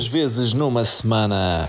poucas vezes numa semana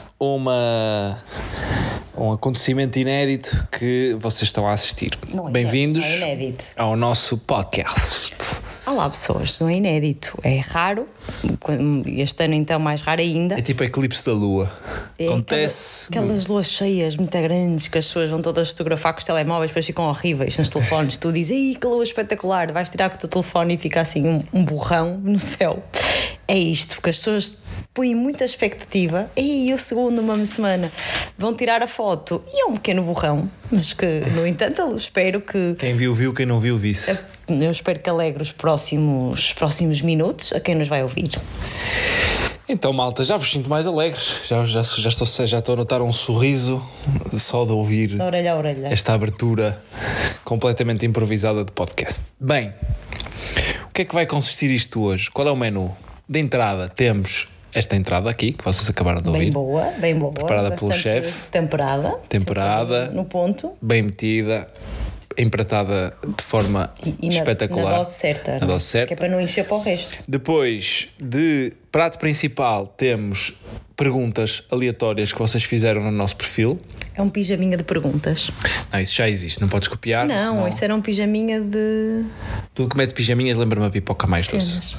um acontecimento inédito que vocês estão a assistir. Bem-vindos ao nosso podcast. Olá pessoas, não é inédito, é raro, este ano então mais raro ainda. É tipo eclipse da lua. Acontece. Aquelas luas cheias muito grandes que as pessoas vão todas fotografar com os telemóveis, depois ficam horríveis nos telefones. Tu dizes, ei, que lua espetacular, vais tirar com o teu telefone e fica assim um borrão no céu. É isto, porque as pessoas põem muita expectativa. E o segundo, uma semana, vão tirar a foto e é um pequeno borrão, mas que, no entanto, eu espero que... Quem viu, viu, quem não viu, visse. Eu espero que alegre os próximos minutos a quem nos vai ouvir. Então, malta, já vos sinto mais alegres. Já estou a notar um sorriso só de ouvir da orelha a orelha. Esta abertura completamente improvisada de podcast. Bem, o que é que vai consistir isto hoje? Qual é o menu? De entrada, temos esta entrada aqui, que vocês acabaram de ouvir. Bem boa. Preparada pelo chefe. Temperada. No ponto. Bem metida. Empratada de forma espetacular. Na dose certa. Na dose certa. Que é para não encher para o resto. Depois de prato principal, temos perguntas aleatórias que vocês fizeram no nosso perfil. É um pijaminha de perguntas. Não, isso já existe, não podes copiar. Não, senão... isso era um pijaminha de... Tudo que mete pijaminhas lembra-me a pipoca mais doce.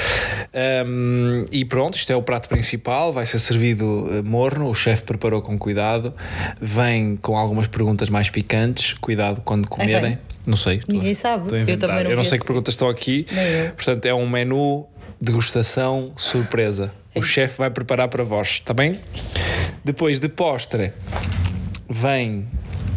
E pronto, isto é o prato principal, vai ser servido morno, o chefe preparou com cuidado, vem com algumas perguntas mais picantes, cuidado quando comerem. Não sei. Ninguém sabe. Eu não sei que perguntas estão aqui. Portanto, é um menu degustação surpresa. O chefe vai preparar para vós, está bem? Depois de postre vem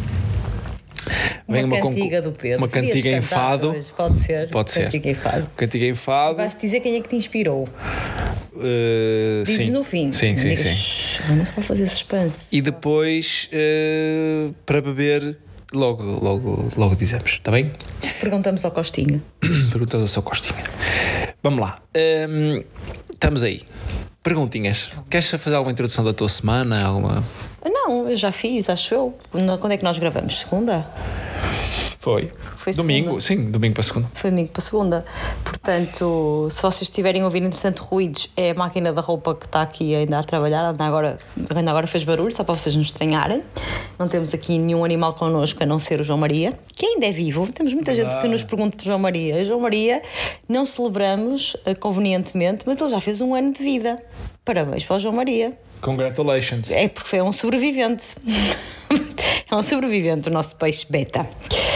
uma cantiga do Pedro. Uma cantiga em fado. Hoje. Pode ser. Cantiga em fado. Vais-te dizer quem é que te inspirou. Dizes no fim. Sim. Não se pode fazer suspense. E depois, para beber, logo dizemos, está bem? Perguntamos ao Costinha. Perguntamos ao seu Costinha. Vamos lá. Estamos aí. Perguntinhas. Queres fazer alguma introdução da tua semana? Não, eu já fiz, acho eu. Quando é que nós gravamos? Segunda? Foi domingo, sim, domingo para segunda. Foi domingo para segunda. Portanto, se vocês estiverem a ouvir entretanto ruídos, é a máquina da roupa que está aqui ainda a trabalhar, ainda agora fez barulho, só para vocês não estranharem. Não temos aqui nenhum animal connosco a não ser o João Maria, que ainda é vivo. Temos muita gente que nos pergunta por João Maria. João Maria, não celebramos convenientemente, mas ele já fez 1 ano de vida. Parabéns para o João Maria. Congratulations. É porque foi um sobrevivente. É um sobrevivente, o nosso peixe beta.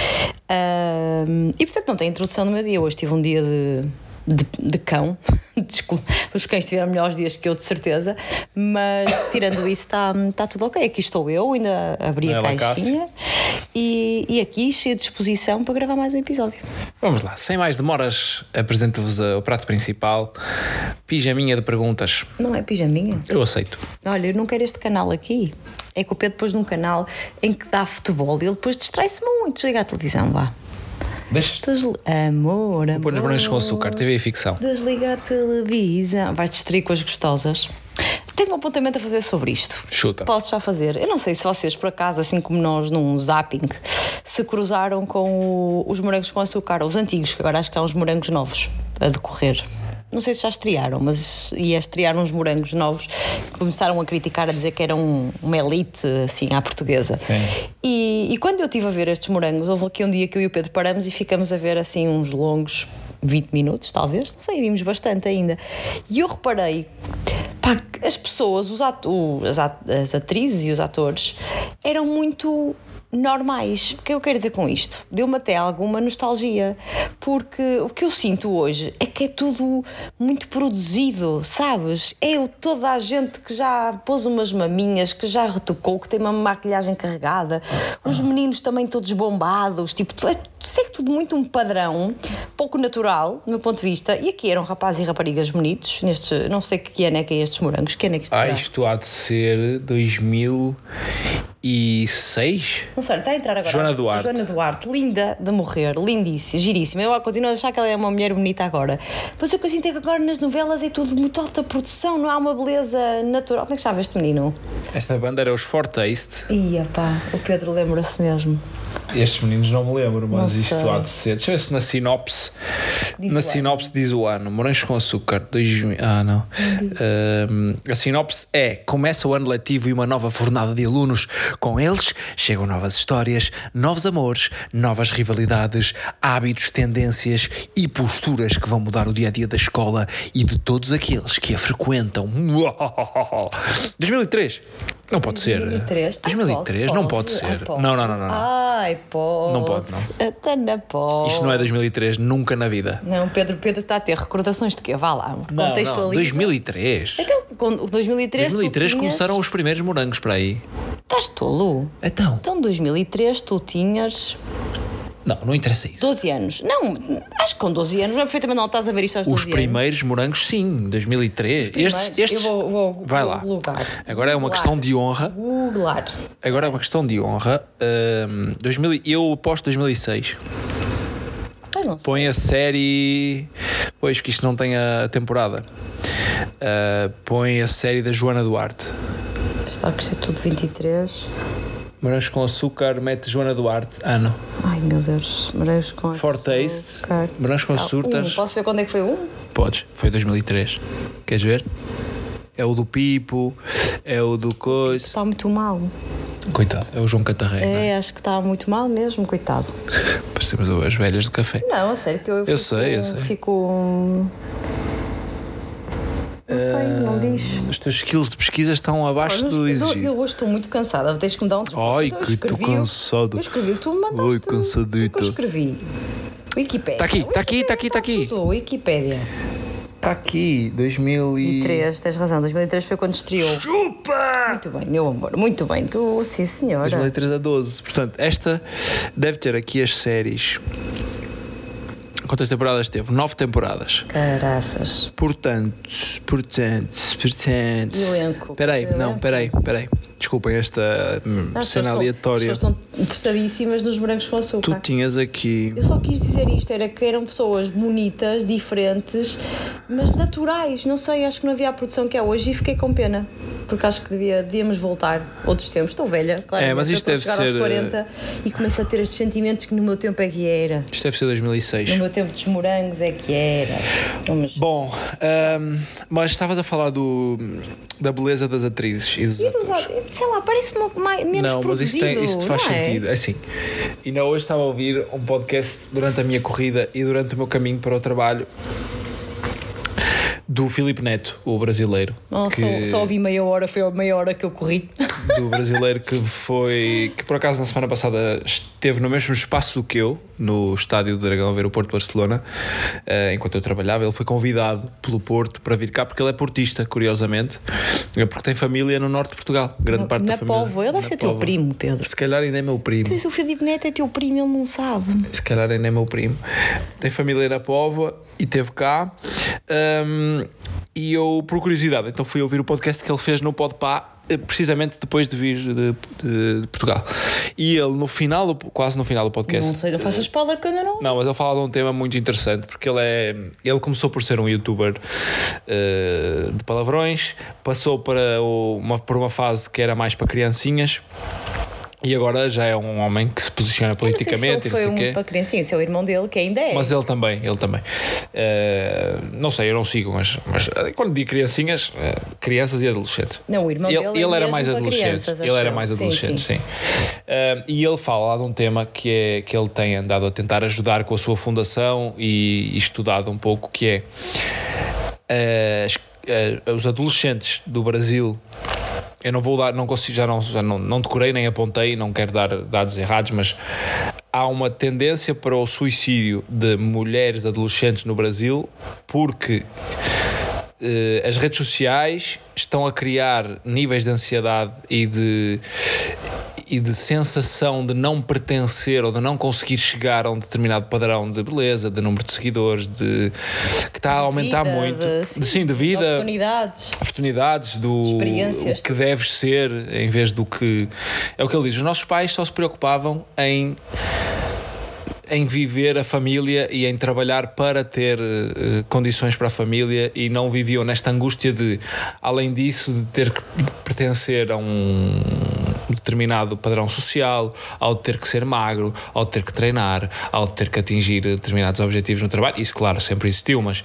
E portanto não tem introdução no meu dia. Hoje tive um dia de cão. Desculpa, os cães tiveram melhores dias que eu, de certeza. Mas tirando isso, está tudo ok. Aqui estou eu, ainda abri a caixinha e aqui cheio de disposição para gravar mais um episódio. Vamos lá, sem mais demoras, apresento-vos o prato principal. Pijaminha de perguntas. Não é pijaminha? Eu aceito. Olha, eu não quero este canal aqui. É que o Pedro depois de um canal em que dá futebol e ele depois distrai-se muito. Desliga a televisão, vá. Deixa. Amor. Põe os morangos com açúcar, TV e ficção. Desliga a televisão. Vais distrair com as gostosas. Tenho um apontamento a fazer sobre isto. Chuta. Posso já fazer. Eu não sei se vocês, por acaso, assim como nós, num zapping, se cruzaram com os morangos com açúcar, os antigos, que agora acho que há uns morangos novos a decorrer. Não sei se já estrearam, mas ia estrear uns morangos novos que começaram a criticar, a dizer que eram uma elite, assim, à portuguesa. Sim. E quando eu estive a ver estes morangos, houve aqui um dia que eu e o Pedro paramos e ficamos a ver, assim, uns longos 20 minutos, talvez. Não sei, vimos bastante ainda. E eu reparei, pá, as pessoas, as atrizes e os atores eram muito... normais. O que eu quero dizer com isto? Deu-me até alguma nostalgia, porque o que eu sinto hoje é que é tudo muito produzido, sabes? Toda a gente que já pôs umas maminhas, que já retocou, que tem uma maquilhagem carregada, os meninos também todos bombados, tipo, segue tudo muito um padrão pouco natural, do meu ponto de vista. E aqui eram rapazes e raparigas bonitos, não sei que ano é que é estes morangos, que ano é que isto será? Isto há de ser 2006? Não sei, está a entrar agora. Joana Duarte, linda de morrer, lindíssima, giríssima. Eu continuo a achar que ela é uma mulher bonita agora. Mas o que eu sinto é que agora nas novelas é tudo muito alta produção, não há uma beleza natural. Como é que chama este menino? Esta banda era os For Taste. Ia pá, o Pedro lembra-se mesmo. Estes meninos não me lembro, mas Não isto sei. há de ser. Deixa eu ver se na sinopse. Diz Na o sinopse diz o ano: Morangos com Açúcar 2000. Não. A sinopse é: começa o ano letivo e uma nova fornada de alunos. Com eles chegam novas histórias, novos amores, novas rivalidades, hábitos, tendências e posturas que vão mudar o dia a dia da escola e de todos aqueles que a frequentam. 2003. Não pode ser. 2003? 2003 não pode ser. Não. Ai, pode. Não pode, não. Até não pode. Isto não é 2003, nunca na vida. Não, Pedro está a ter recordações de quê? Vá lá, contextualiza. 2003. Então, com 2003 2003 tu tinhas... começaram os primeiros morangos para aí. Estás tolo? Então. Então, 2003 tu tinhas Não interessa isso. 12 anos. Não, acho que com 12 anos, não é perfeitamente não estás a ver isto aos 12 Os anos. primeiros morangos, sim, 2003. Primeiros. Estes Eu vou vai lá. googlar. Agora é uma questão de honra. Googlar. Agora é uma questão de honra. 2000, eu aposto 2006. Ai, não sei. Põe a série. Pois, que isto não tem a temporada. Põe a série da Joana Duarte. Pensava que isto é tudo 23. Morangos com Açúcar, mete Joana Duarte. Ano. Ai, meu Deus. Morangos com For Taste. Morangos com Açúcar. Posso ver quando é que foi Podes, foi 2003. Queres ver? É o do Pipo, é o do Coisa. Está muito mal. Coitado, é o João Catarré. É, acho que está muito mal mesmo, coitado. Parecemos as velhas do café. Não, a sério que eu sei. Fico... Não sei, não diz. Os teus skills de pesquisa estão abaixo do exigido. Eu hoje estou muito cansada, tens que me dar um desconto. Ai, que estou cansado. Eu escrevi o que tu me mandaste. Oi, cansadito. Eu escrevi. Wikipédia. Está aqui. Wikipédia. Está aqui, 2003. Tens razão, 2003 foi quando estreou. Chupa! Muito bem, meu amor, muito bem. Tu, sim, senhora. 2003 a 12. Portanto, esta deve ter aqui as séries. Quantas temporadas teve? 9 temporadas. Caraças. Portanto. Elenco. Espera aí. Desculpem esta cena aleatória. As pessoas estão interessadíssimas nos morangos com açúcar. Tu tinhas aqui. Eu só quis dizer isto, era que eram pessoas bonitas, diferentes, mas naturais. Não sei, acho que não havia a produção que há hoje e fiquei com pena. Porque acho que devíamos voltar outros tempos. Estou velha, claro. Mas isto deve chegar ser. aos 40 e começo a ter estes sentimentos que no meu tempo é que era. Isto deve ser 2006. No meu tempo dos morangos é que era. Vamos. Bom, mas estavas a falar da beleza das atrizes e dos atores. Sei lá, parece-me menos não, produzido. Mas isto faz não é? sentido. Assim, ainda hoje estava a ouvir um podcast durante a minha corrida e durante o meu caminho para o trabalho do Filipe Neto, o brasileiro. Só ouvi meia hora, foi a meia hora que eu corri. Do brasileiro que por acaso na semana passada esteve no mesmo espaço do que eu, no Estádio do Dragão, a ver o Porto Barcelona, enquanto eu trabalhava. Ele foi convidado pelo Porto para vir cá, porque ele é portista, curiosamente, porque tem família no norte de Portugal, grande parte da família. Na Póvoa, ele deve ser teu primo, Pedro. Se calhar ainda é meu primo. O Filipe Neto é teu primo, ele não sabe. Se calhar ainda é meu primo. Tem família na Póvoa e esteve cá. E eu, por curiosidade, então fui ouvir o podcast que ele fez no Podpah, precisamente depois de vir de Portugal. E ele, quase no final do podcast... Não sei, não faças spoiler que eu ainda não... Não, mas ele fala de um tema muito interessante, porque ele começou por ser um youtuber de palavrões, passou por uma fase que era mais para criancinhas, e agora já é um homem que se posiciona politicamente e não sei o quê. Para criancinha, esse é o irmão dele, que ainda é. Mas ele também. Não sei, eu não sigo, mas quando digo criancinhas, crianças e adolescentes. Não, o irmão dele ele é era mais adolescente. Crianças, ele era mais adolescente, sim. E ele fala lá de um tema que ele tem andado a tentar ajudar com a sua fundação e estudado um pouco, que é os adolescentes do Brasil. Eu não vou dar, não consigo, já não decorei nem apontei, não quero dar dados errados, mas há uma tendência para o suicídio de mulheres adolescentes no Brasil porque as redes sociais estão a criar níveis de ansiedade e de sensação de não pertencer ou de não conseguir chegar a um determinado padrão de beleza, de número de seguidores, que está a aumentar muito. De vida, oportunidades, do o que deves ser em vez do que... É o que ele diz, os nossos pais só se preocupavam em viver a família e em trabalhar para ter condições para a família e não viviam nesta angústia de, além disso, de ter que pertencer a determinado padrão social, ao ter que ser magro, ao ter que treinar, ao ter que atingir determinados objetivos no trabalho. Isso, claro, sempre existiu, mas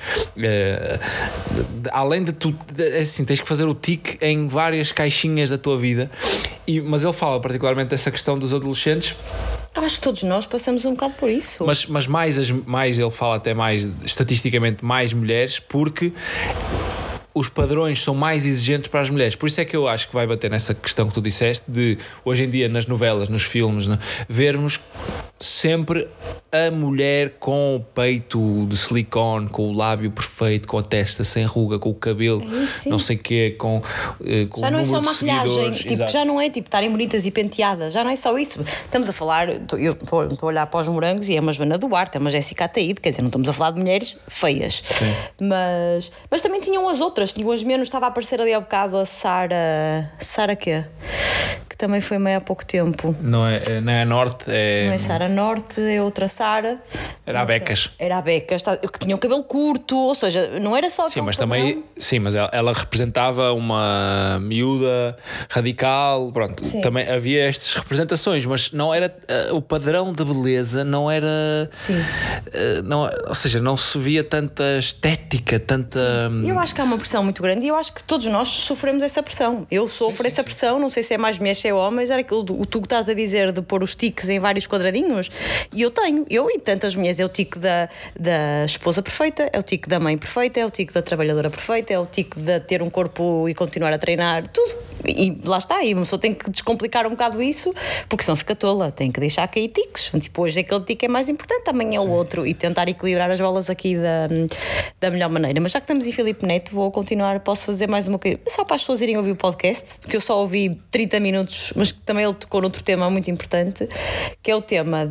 além de tu, assim, tens que fazer o tique em várias caixinhas da tua vida. Mas ele fala particularmente dessa questão dos adolescentes. Eu acho que todos nós passamos um bocado por isso. Mas mais ele fala até mais, estatisticamente, mais mulheres, porque os padrões são mais exigentes para as mulheres. Por isso é que eu acho que vai bater nessa questão que tu disseste de, hoje em dia, nas novelas, nos filmes, né, vermos sempre a mulher com o peito de silicone, com o lábio perfeito, com a testa sem ruga, com o cabelo, não sei o quê, com já não é só maquilhagem, tipo, já não é tipo estarem bonitas e penteadas, já não é só isso. Estamos a falar, eu estou a olhar para os morangos e é uma Joana Duarte, é uma Jéssica Ataíde, quer dizer, não estamos a falar de mulheres feias. Mas também tinham as outras, tinham as menos. Estava a aparecer ali há bocado a Sara quê? Que também foi meio há pouco tempo. Não é a Norte, não é Sara Norte, é outra Sara. Era a Becas. Era a Becas, que tinha o cabelo curto, ou seja, não era só. Sim, mas também, mas ela representava uma miúda radical, pronto. Sim. Também havia estas representações, mas não era o padrão de beleza, não era. Sim. Ou seja, não se via tanta estética, tanta. Eu acho que há uma pressão muito grande e eu acho que todos nós sofremos essa pressão. Eu sofro essa pressão, não sei se é mais mulheres, se é homens, era aquilo tu que estás a dizer de pôr os tiques em vários quadradinhos. E eu e tantas mulheres, é o tique da esposa perfeita, é o tique da mãe perfeita, é o tique da trabalhadora perfeita, é o tique de ter um corpo e continuar a treinar, tudo. E lá está, e uma pessoa tem que descomplicar um bocado isso, porque senão fica tola, tem que deixar cair tiques. Tipo, hoje aquele tique é mais importante, amanhã é o outro, e tentar equilibrar as bolas aqui da melhor maneira. Mas já que estamos em Filipe Neto, vou continuar, posso fazer mais uma coisa, só para as pessoas irem ouvir o podcast, porque eu só ouvi 30 minutos, mas também ele tocou noutro tema muito importante, que é o tema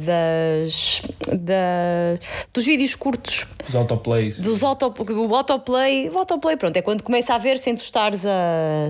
dos vídeos curtos. Os autoplays. O autoplay, pronto, é quando começa a ver sem tu estares a...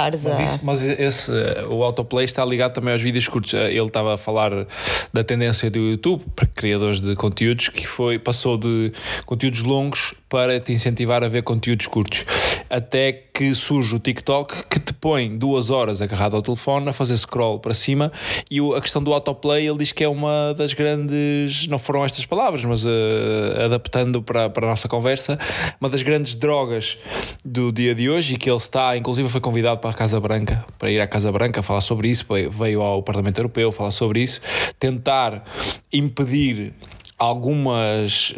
O autoplay está ligado também aos vídeos curtos. Ele estava a falar da tendência do YouTube para criadores de conteúdos, que passou de conteúdos longos para te incentivar a ver conteúdos curtos. Até que surge o TikTok, que te põe 2 horas agarrado ao telefone a fazer scroll para cima, e a questão do autoplay, ele diz que é uma das grandes, não foram estas palavras, mas adaptando para a nossa conversa, uma das grandes drogas do dia de hoje, e que ele inclusive foi convidado para ir à Casa Branca falar sobre isso, veio ao Parlamento Europeu falar sobre isso, tentar impedir algumas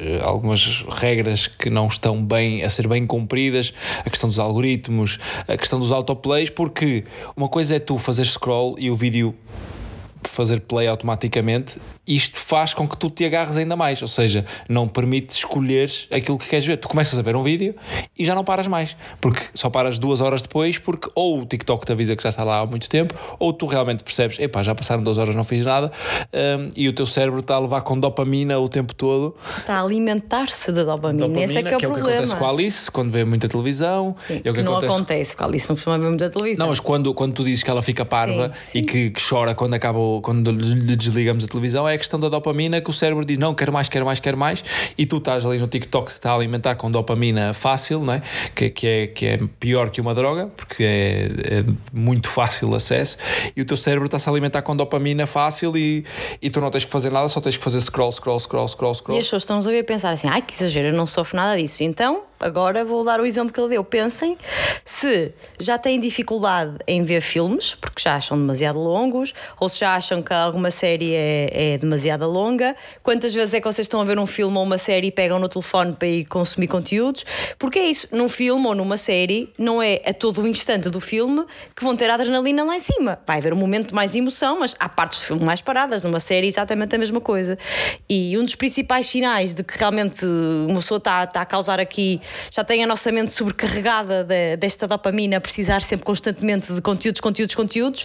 regras que não estão a ser bem cumpridas, a questão dos algoritmos, a questão dos autoplays, porque uma coisa é tu fazer scroll e o vídeo fazer play automaticamente, isto faz com que tu te agarres ainda mais, ou seja, não permite escolheres aquilo que queres ver. Tu começas a ver um vídeo e já não paras mais, porque só paras 2 horas depois, porque ou o TikTok te avisa que já está lá há muito tempo, ou tu realmente percebes, já passaram 2 horas, não fiz nada, e o teu cérebro está a levar com dopamina o tempo todo. Está a alimentar-se de dopamina. Esse é que é o problema. Que acontece com a Alice quando vê muita televisão. Sim, é o que não acontece, com a Alice não costuma ver muita televisão. Não, mas quando tu dizes que ela fica parva, sim. E que chora quando lhe desligamos a televisão, é a questão da dopamina, que o cérebro diz não, quero mais, e tu estás ali no TikTok que está a alimentar com dopamina fácil, não é? Que é pior que uma droga, porque é muito fácil acesso, e o teu cérebro está-se a alimentar com dopamina fácil e tu não tens que fazer nada, só tens que fazer scroll. E as pessoas estão-nos a ouvir a pensar assim, que exagero, eu não sofro nada disso. Então, agora vou dar o exemplo que ele deu. Pensem se já têm dificuldade em ver filmes, porque já acham demasiado longos, ou se já acham que alguma série é demasiado longa. Quantas vezes é que vocês estão a ver um filme ou uma série e pegam no telefone para ir consumir conteúdos? Porque é isso, num filme ou numa série, não é a todo o instante do filme que vão ter a adrenalina lá em cima. Vai haver um momento de mais emoção, mas há partes do filme mais paradas. Numa série exatamente a mesma coisa. E um dos principais sinais de que realmente uma pessoa está a causar aqui, já tem a nossa mente sobrecarregada desta dopamina, a precisar sempre constantemente de conteúdos,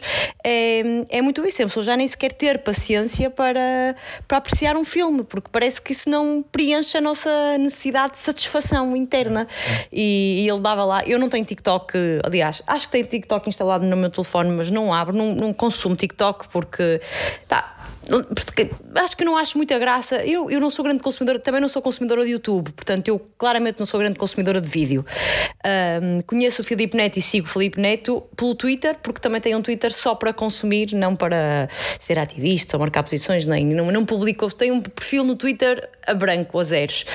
é muito isso. A pessoa já nem sequer ter paciência para apreciar um filme, porque parece que isso não preenche a nossa necessidade de satisfação interna. E ele dava lá, eu não tenho TikTok, aliás, acho que tenho TikTok instalado no meu telefone, mas não abro, não consumo TikTok, porque Acho que não acho muita graça. Eu não sou grande consumidora, também não sou consumidora de YouTube, portanto eu claramente não sou grande consumidora de vídeo. Conheço o Filipe Neto e sigo o Filipe Neto pelo Twitter, porque também tem um Twitter só para consumir, não para ser ativista ou marcar posições, nem não publico. Tenho um perfil no Twitter a branco, a zeros.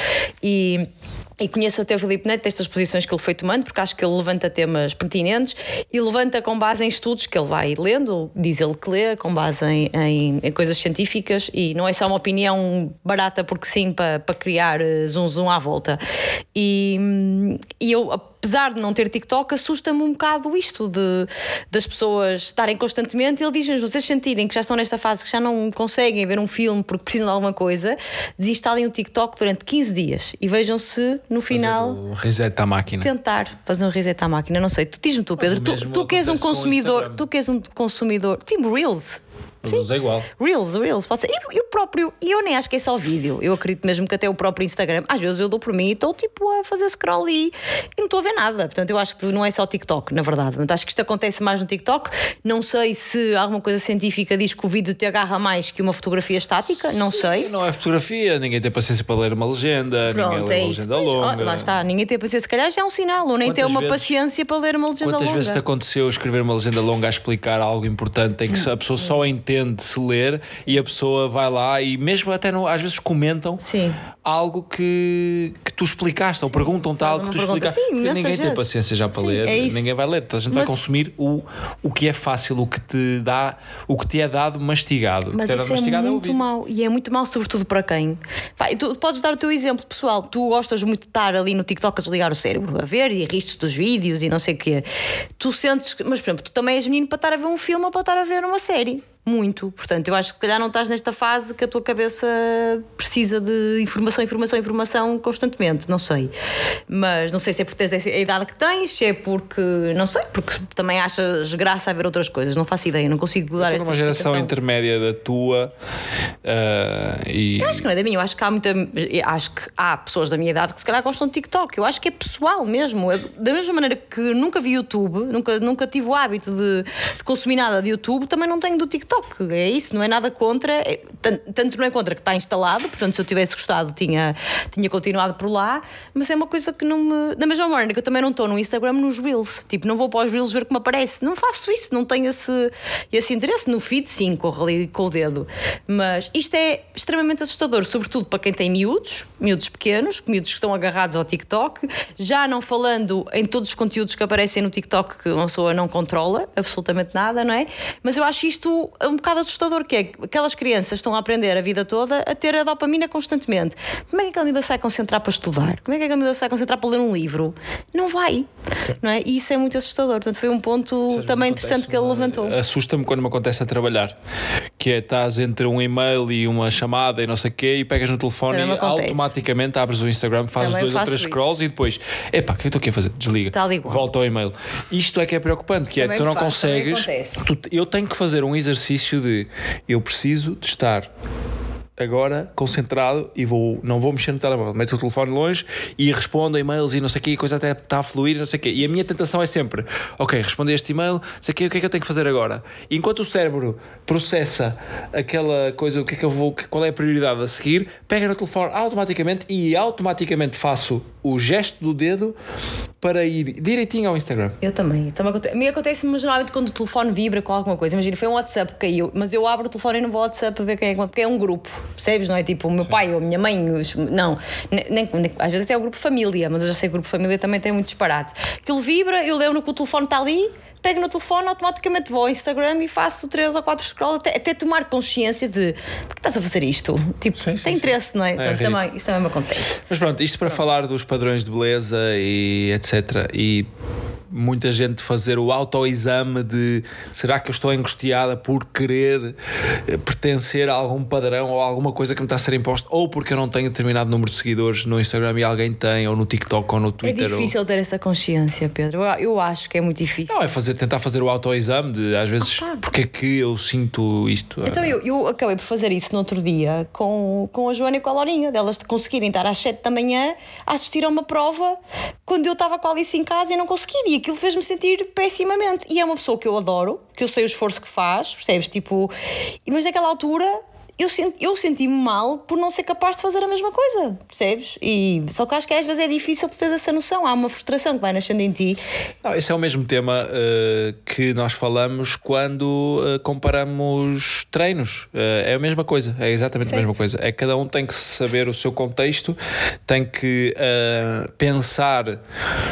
E conheço até o Filipe Neto destas posições que ele foi tomando, porque acho que ele levanta temas pertinentes e levanta com base em estudos que ele vai lendo, diz ele que lê, com base em coisas científicas, e não é só uma opinião barata porque sim, para criar zoom à volta. E eu, apesar de não ter TikTok, assusta-me um bocado isto das pessoas estarem constantemente. Ele diz-me, vocês sentirem que já estão nesta fase, que já não conseguem ver um filme porque precisam de alguma coisa, desinstalem o TikTok durante 15 dias e vejam se no final fazer o reset à máquina. Tentar fazer um reset à máquina. Não sei, diz-me tu, Pedro, tu que és um consumidor, tipo Reels. Sim. É igual. Reels, pode ser. E eu nem acho que é só vídeo. Eu acredito mesmo que até o próprio Instagram, às vezes eu dou por mim e estou tipo a fazer scroll e não estou a ver nada. Portanto, eu acho que não é só TikTok, na verdade. Mas acho que isto acontece mais no TikTok. Não sei se alguma coisa científica diz que o vídeo te agarra mais que uma fotografia estática. Não sei. Não é fotografia, ninguém tem paciência para ler uma legenda. Pronto, ninguém lê uma legenda longa. Lá está, ninguém tem paciência. Se calhar já é um sinal, ou nem tem uma paciência para ler uma legenda longa. Quantas vezes te aconteceu escrever uma legenda longa a explicar algo importante em que a pessoa só entende se ler e a pessoa vai lá e mesmo até às vezes comentam algo que tu explicaste ou perguntam-te algo que tu explicaste. Ninguém tem paciência já para ler, ninguém vai ler. A gente vai consumir o que é fácil, o que te é dado mastigado. Mas isso é muito mau, e é muito mau, sobretudo para quem. Tu podes dar o teu exemplo pessoal. Tu gostas muito de estar ali no TikTok a desligar o cérebro, a ver e ristes dos vídeos e não sei o quê. Tu sentes que, mas por exemplo, tu também és menino para estar a ver um filme ou para estar a ver uma série. Muito, portanto, eu acho que se calhar não estás nesta fase que a tua cabeça precisa de informação constantemente, não sei. Mas não sei se é por teres a idade que tens, se é porque, não sei, porque também achas graça a ver outras coisas, não faço ideia, não consigo dar esta uma geração intermédia da tua Eu acho que não é da minha, eu acho que há pessoas da minha idade que se calhar gostam de TikTok, eu acho que é pessoal mesmo, da mesma maneira que nunca vi YouTube, nunca tive o hábito de consumir nada de YouTube, também não tenho do TikTok. É isso, não é nada contra, tanto não é contra que está instalado, portanto se eu tivesse gostado tinha continuado por lá, mas é uma coisa que não me... Da mesma maneira que eu também não estou no Instagram nos Reels, tipo, não vou para os Reels ver como aparece, não faço isso, não tenho esse interesse. No feed sim, corro ali com o dedo, mas isto é extremamente assustador, sobretudo para quem tem miúdos pequenos, miúdos que estão agarrados ao TikTok, já não falando em todos os conteúdos que aparecem no TikTok que uma pessoa não controla absolutamente nada, não é? Mas eu acho isto um bocado assustador, que é aquelas crianças estão a aprender a vida toda a ter a dopamina constantemente. Como é que aquela miúda se vai concentrar para estudar? Como é que aquela miúda se vai concentrar para ler um livro? Não vai, não é? E isso é muito assustador, portanto foi um ponto também interessante que ele levantou. Assusta-me quando me acontece a trabalhar, que é, estás entre um e-mail e uma chamada e não sei o quê, e pegas no telefone e automaticamente abres o Instagram, fazes 2 ou 3 scrolls e depois, epá, o que eu estou aqui a fazer? Desliga, volta ao e-mail. Isto é que é preocupante, que também tu não consegues, eu tenho que fazer um exercício de eu preciso de estar agora concentrado e não vou mexer no telemóvel, meto o telefone longe e respondo a e-mails e não sei o quê, a coisa até está a fluir e não sei o quê, e a minha tentação é sempre, ok, respondi a este e-mail, não sei o quê, o que é que eu tenho que fazer agora? E enquanto o cérebro processa aquela coisa, qual é a prioridade a seguir, pega no telefone automaticamente e automaticamente faço o gesto do dedo para ir direitinho ao Instagram. Eu também. A mim acontece-me geralmente quando o telefone vibra com alguma coisa. Imagina, foi um WhatsApp que caiu, mas eu abro o telefone e não vou ao WhatsApp a ver quem é, porque é um grupo, percebes? Não é tipo o meu pai ou a minha mãe, não. Nem, às vezes até é o grupo família, mas eu já sei que o grupo família também tem muito disparate. Aquilo vibra, eu lembro que o telefone está ali, pego no telefone, automaticamente vou ao Instagram e faço 3 ou 4 scrolls até tomar consciência de por que estás a fazer isto? Tipo, tem interesse, não é? Isso também me acontece. Mas pronto, isto para falar dos padrões de beleza e etc. E muita gente fazer o autoexame de será que eu estou angustiada por querer pertencer a algum padrão ou alguma coisa que me está a ser imposta, ou porque eu não tenho determinado número de seguidores no Instagram e alguém tem, ou no TikTok ou no Twitter. É difícil ter essa consciência, Pedro. Eu acho que é muito difícil. Não, é tentar fazer o autoexame de às vezes porque é que eu sinto isto. Então eu acabei por fazer isso no outro dia com a Joana e com a Laurinha, delas conseguirem estar às 7 da manhã a assistir a uma prova quando eu estava com a Alice em casa e não conseguia, e aquilo fez-me sentir pessimamente. E é uma pessoa que eu adoro, que eu sei o esforço que faz, percebes? Tipo, mas naquela altura eu senti-me mal por não ser capaz de fazer a mesma coisa, percebes? Só que acho que às vezes é difícil tu teres essa noção, há uma frustração que vai nascendo em ti. Não, esse é o mesmo tema que nós falamos quando comparamos treinos. É a mesma coisa, é exatamente a mesma coisa. É que cada um tem que saber o seu contexto, tem que pensar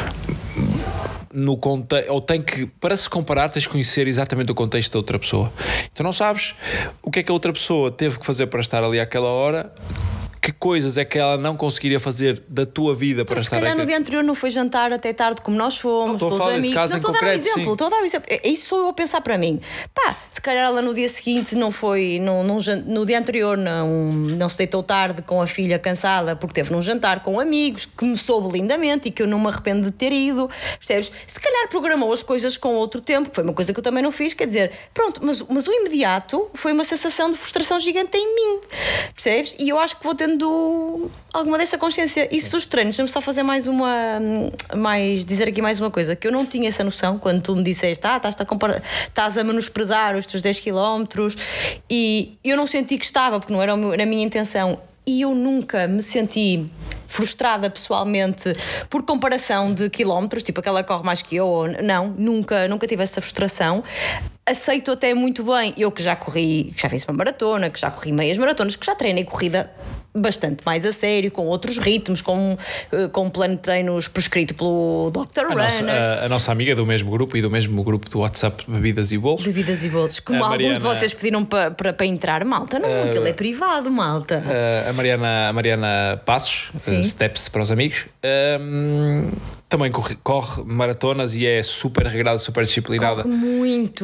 no contexto, ou tem que, para se comparar, tens que conhecer exatamente o contexto da outra pessoa. Então não sabes o que é que a outra pessoa teve que fazer para estar ali àquela hora, que coisas é que ela não conseguiria fazer da tua vida para estar aqui. Se calhar no dia anterior não foi jantar até tarde como nós fomos, com os amigos. Não, estou a dar um exemplo, estou a dar um exemplo. Isso sou eu a pensar para mim. Pá, se calhar ela no dia seguinte não foi, no dia anterior não se deitou tarde com a filha cansada porque teve num jantar com amigos, que me soube lindamente e que eu não me arrependo de ter ido, percebes? Se calhar programou as coisas com outro tempo, que foi uma coisa que eu também não fiz, quer dizer, pronto, mas o imediato foi uma sensação de frustração gigante em mim, percebes? E eu acho que vou tendo alguma dessa consciência. Isso dos treinos, vamos só fazer dizer aqui mais uma coisa, que eu não tinha essa noção quando tu me disseste, estás a menosprezar os teus 10 km, e eu não senti que estava, porque não era a minha intenção, e eu nunca me senti frustrada pessoalmente por comparação de quilómetros, tipo aquela corre mais que eu, não, nunca tive essa frustração. Aceito até muito bem, eu que já corri, que já fiz uma maratona, que já corri meias maratonas, que já treinei corrida bastante mais a sério, com outros ritmos, com um plano de treinos prescrito pelo Dr. Runner. A nossa amiga do mesmo grupo e do mesmo grupo do WhatsApp Bebidas e Bolos. Bebidas e Bolos, como alguns de vocês pediram para entrar, malta, não, aquilo é privado, malta. A Mariana Passos, Steps para os amigos, também corre maratonas e é super regrada, super disciplinada. Corre muito.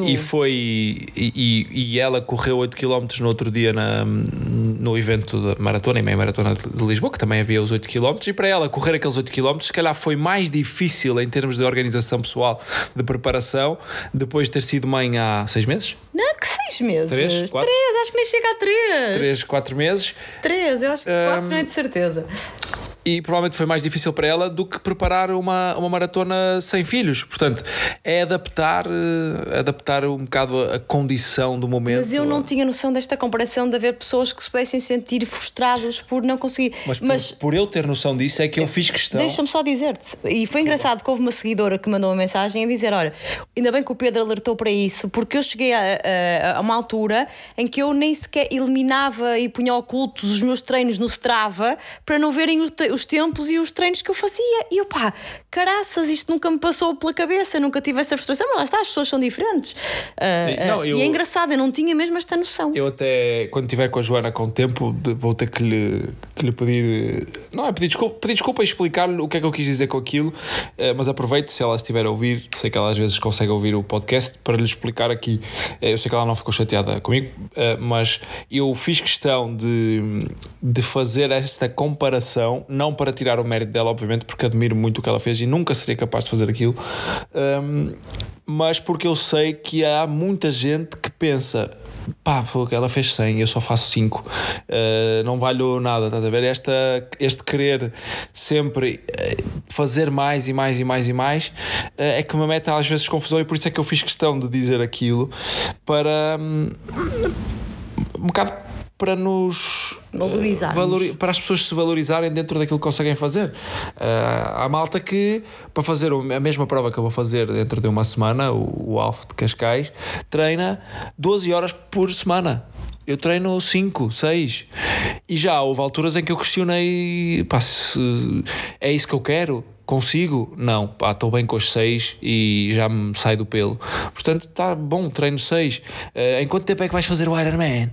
E ela correu 8 km no outro dia no evento da maratona, em meia maratona de Lisboa, que também havia os 8 km, e para ela correr aqueles 8 km se calhar foi mais difícil em termos de organização pessoal, de preparação, depois de ter sido mãe há 6 meses. Não, que 6 meses? 3, 4? 3, acho que nem chega a 3. 3, 4 meses. 3, eu acho que 4 não é de certeza. E provavelmente foi mais difícil para ela do que preparar uma maratona sem filhos. Portanto, é adaptar um bocado a condição do momento. Mas eu não tinha noção desta comparação de haver pessoas que se pudessem sentir frustrados por não conseguir. Mas por eu ter noção disso é que eu fiz questão. Deixa-me só dizer-te, e foi engraçado que houve uma seguidora que mandou uma mensagem a dizer, olha, ainda bem que o Pedro alertou para isso, porque eu cheguei a uma altura em que eu nem sequer eliminava e punha ocultos os meus treinos no Strava para não verem os tempos e os treinos que eu fazia. E eu, caraças, isto nunca me passou pela cabeça, nunca tive essa frustração, mas lá está, as pessoas são diferentes. E é engraçado, eu não tinha mesmo esta noção. Eu até, quando estiver com a Joana com tempo, vou ter que lhe pedir, não é pedir desculpa e explicar-lhe o que é que eu quis dizer com aquilo, mas aproveito, se ela estiver a ouvir, sei que ela às vezes consegue ouvir o podcast, para lhe explicar aqui. Eu sei que ela não ficou chateada comigo, mas eu fiz questão de fazer esta comparação, não para tirar o mérito dela, obviamente, porque admiro muito o que ela fez e nunca seria capaz de fazer aquilo, mas porque eu sei que há muita gente que pensa, ela fez 100, eu só faço 5, não valho nada, estás a ver? Este querer sempre fazer mais e mais e mais e mais é que me mete às vezes confusão, e por isso é que eu fiz questão de dizer aquilo, para um bocado para nos para as pessoas se valorizarem dentro daquilo que conseguem fazer. Há malta que, para fazer a mesma prova que eu vou fazer dentro de uma semana, o Alf de Cascais, treina 12 horas por semana. Eu treino 5, 6. E já houve alturas em que eu questionei, se é isso que eu quero? Consigo? Não, estou bem com as 6 e já me sai do pelo. Portanto, está bom, treino 6. Em quanto tempo é que vais fazer o Ironman?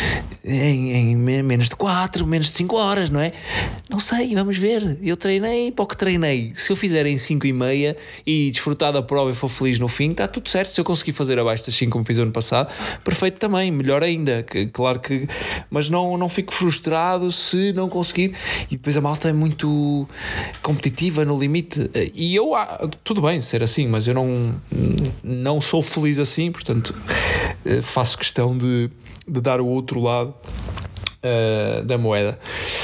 Em menos de 4, menos de 5 horas, não é? Não sei, vamos ver. Eu treinei para o que treinei. Se eu fizer em 5,5 e desfrutar da prova e for feliz no fim, está tudo certo. Se eu conseguir fazer abaixo das 5 como fiz ano passado, perfeito também, melhor ainda. Claro que... Mas não fico frustrado se não conseguir. E depois a malta é muito competitiva no limite, e eu, tudo bem ser assim, mas eu não sou feliz assim, portanto faço questão de dar o outro lado da moeda.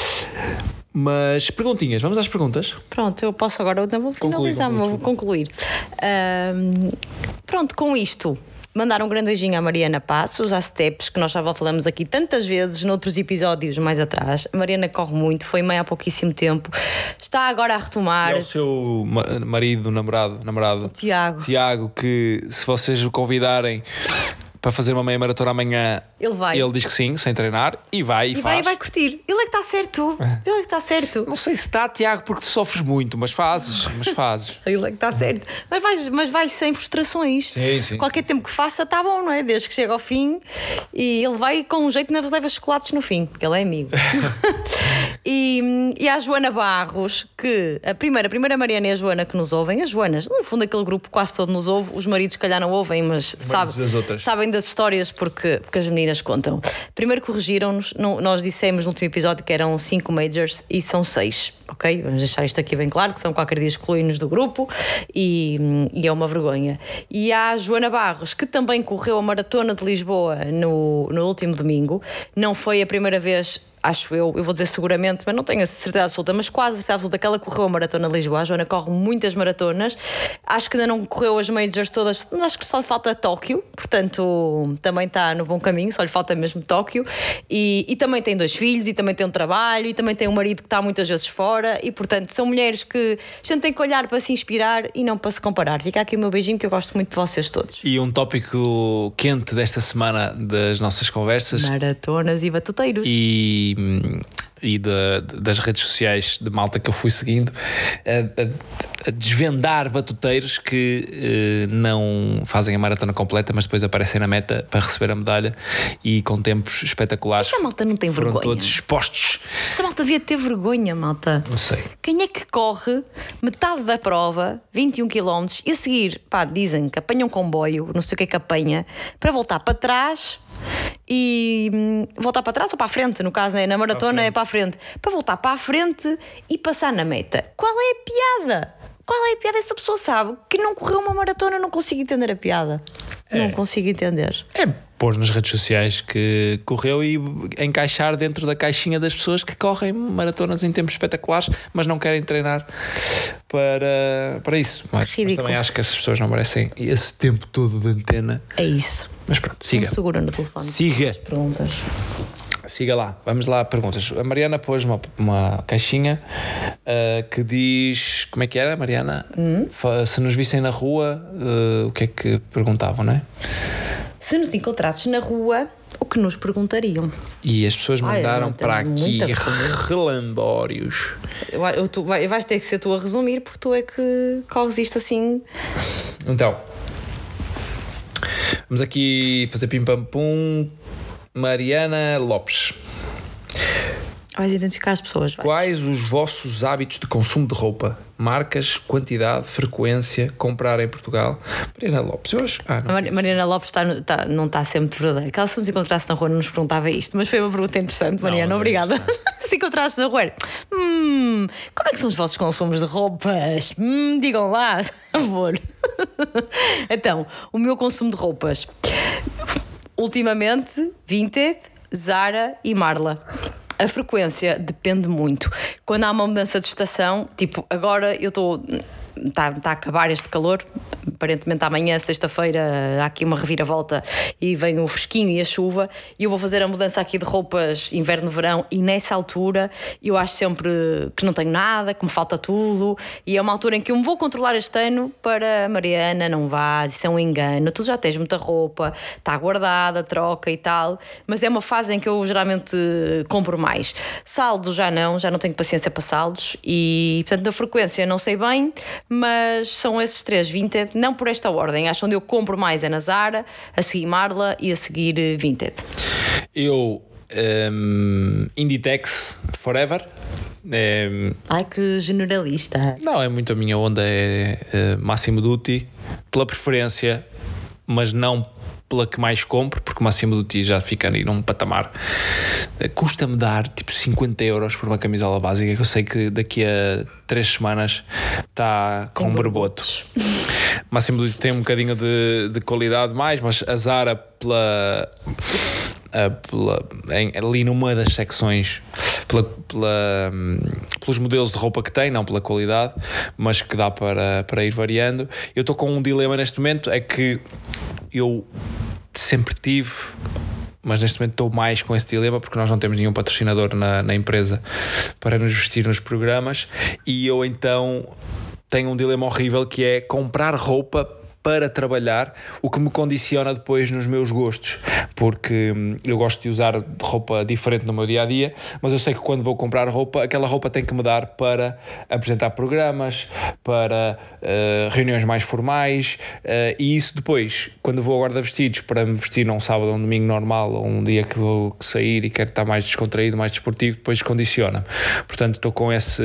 Mas perguntinhas, vamos às perguntas? Pronto, eu posso agora, eu vou finalizar, vou concluir. Pronto, com isto Mandar um grande beijinho à Mariana Passos, à Steps, que nós já falamos aqui tantas vezes noutros episódios mais atrás. A Mariana corre muito, foi mãe há pouquíssimo tempo, está agora a retomar. E é o seu marido, namorado Tiago, que se vocês o convidarem para fazer uma meia maratona amanhã, ele vai. Ele diz que sim, sem treinar, e vai e faz. E vai curtir. Ele é que está certo. Ele é que está certo. Não sei se está, Tiago, porque tu sofres muito, mas fazes. Ele é que está certo. Mas vai sem frustrações. Sim. Qualquer tempo que faça está bom, não é? Desde que chega ao fim. E ele vai com um jeito, leva chocolates no fim, porque ele é amigo. E a Joana Barros, que a primeira Mariana e a Joana que nos ouvem. As Joanas, no fundo, aquele grupo quase todo nos ouve. Os maridos, se calhar, não ouvem, mas sabem das histórias porque as meninas contam. Primeiro corrigiram-nos, nós dissemos no último episódio que eram 5 majors e são 6, ok? Vamos deixar isto aqui bem claro, que são qualquer dia excluídos do grupo e é uma vergonha. E há a Joana Barros, que também correu a Maratona de Lisboa no último domingo. Não foi a primeira vez, acho eu vou dizer seguramente, mas não tenho a certeza absoluta, mas quase a certeza absoluta que ela correu a Maratona de Lisboa. A Joana corre muitas maratonas, acho que ainda não correu as majors todas, mas acho que só lhe falta Tóquio, portanto também está no bom caminho, só lhe falta mesmo Tóquio. E também tem 2 filhos, e também tem um trabalho, e também tem um marido que está muitas vezes fora, e portanto são mulheres que a gente tem que olhar para se inspirar e não para se comparar. Fica aqui o meu beijinho, que eu gosto muito de vocês todos. E um tópico quente desta semana das nossas conversas: maratonas e batuteiros. E das redes sociais de malta que eu fui seguindo, a desvendar batuteiros que não fazem a maratona completa, mas depois aparecem na meta para receber a medalha e com tempos espetaculares. Essa malta não tem vergonha. Foram todos expostos. Essa malta devia ter vergonha, malta. Não sei. Quem é que corre metade da prova, 21 km, e a seguir, dizem que apanha um comboio, não sei o que é que apanha, para voltar para trás... E voltar para trás ou para a frente, no caso, né? Na maratona é para a frente, para voltar para a frente e passar na meta. Qual é a piada? Essa pessoa sabe que não correu uma maratona, não consigo entender a piada. Não consigo entender. É pôr nas redes sociais que correu e encaixar dentro da caixinha das pessoas que correm maratonas em tempos espetaculares, mas não querem treinar para isso. Mas também acho que essas pessoas não merecem esse tempo todo de antena. É isso. Mas pronto, siga. Segura no telefone. Siga. Perguntas. Siga lá, vamos lá, perguntas. A Mariana pôs uma caixinha que diz... Como é que era, Mariana? Se nos vissem na rua, o que é que perguntavam, não é? Se nos encontrasses na rua, o que nos perguntariam? E as pessoas mandaram para aqui relambórios. Vais ter que ser tu a resumir, porque tu é que corres isto assim. Então, vamos aqui fazer pim-pam-pum. Mariana Lopes. Vais identificar as pessoas. Quais os vossos hábitos de consumo de roupa? Marcas, quantidade, frequência, comprar em Portugal? Mariana Lopes, eu acho. Mariana Lopes não está a ser muito verdadeira. Que ela, se nos encontrasse na rua, não nos perguntava isto. Mas foi uma pergunta interessante, Mariana. Obrigada. Se encontraste na rua, como é que são os vossos consumos de roupas? Digam lá, por favor. Então, o meu consumo de roupas. Ultimamente, Vinted, Zara e Marla. A frequência depende muito. Quando há uma mudança de estação, tipo, agora eu estou... Está a acabar este calor, aparentemente amanhã, sexta-feira, há aqui uma reviravolta e vem o fresquinho e a chuva, e eu vou fazer a mudança aqui de roupas inverno-verão, e nessa altura eu acho sempre que não tenho nada, que me falta tudo, e é uma altura em que eu me vou controlar este ano para Mariana, não vás, isso é um engano, tu já tens muita roupa, está guardada, troca e tal, mas é uma fase em que eu geralmente compro mais. Saldos já não tenho paciência para saldos, e portanto na frequência não sei bem, mas são esses 3, Vinted, não por esta ordem. Acho onde eu compro mais é na Zara, a seguir Marla e a seguir Vinted. Eu, Inditex Forever. Ai, que generalista. Não, é muito a minha onda, é Massimo Dutti, pela preferência, mas não pela que mais compro, porque o Massimo Dutti já fica ali num patamar. Custa-me dar tipo 50 euros por uma camisola básica, que eu sei que daqui a 3 semanas está com um borbotos. Massimo Dutti tem um bocadinho de qualidade mais, mas a Zara ali numa das secções, pelos modelos de roupa que tem, não pela qualidade, mas que dá para ir variando. Eu estou com um dilema neste momento, é que eu sempre tive, mas neste momento estou mais com esse dilema porque nós não temos nenhum patrocinador na empresa para nos vestir nos programas, e eu então tenho um dilema horrível, que é comprar roupa para trabalhar, o que me condiciona depois nos meus gostos, porque eu gosto de usar roupa diferente no meu dia-a-dia, mas eu sei que quando vou comprar roupa, aquela roupa tem que me dar para apresentar programas, para reuniões mais formais, e isso depois, quando vou a guarda-vestidos para me vestir num sábado ou um domingo normal, ou um dia que vou sair e quero estar mais descontraído, mais desportivo, depois condiciona-me. Portanto, estou com esse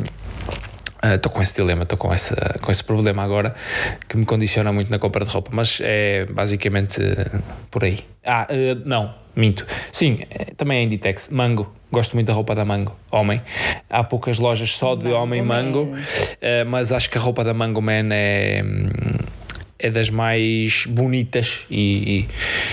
dilema, estou com esse problema agora, que me condiciona muito na compra de roupa, mas é basicamente por aí. Não, minto. Sim, também é Inditex. Mango, gosto muito da roupa da Mango, homem. Há poucas lojas só de homem Mango, mas acho que a roupa da Mango Man é das mais bonitas e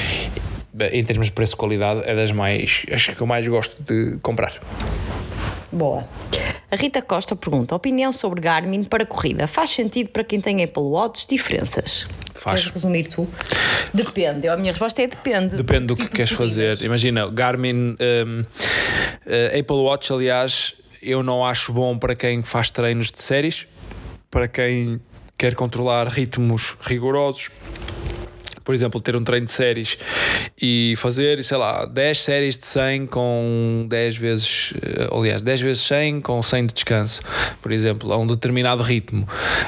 em termos de preço e qualidade é das mais, acho que eu mais gosto de comprar. Boa. A Rita Costa pergunta: opinião sobre Garmin para corrida. Faz sentido para quem tem Apple Watch? Diferenças? Faz. Queres resumir tu? Depende. A minha resposta é depende. Depende do que queres fazer. Imagina, Garmin, Apple Watch, aliás, eu não acho bom para quem faz treinos de séries, para quem quer controlar ritmos rigorosos. Por exemplo, ter um treino de séries e fazer, sei lá, 10 séries de 100 com 10 vezes 100 com 100 de descanso, por exemplo, a um determinado ritmo.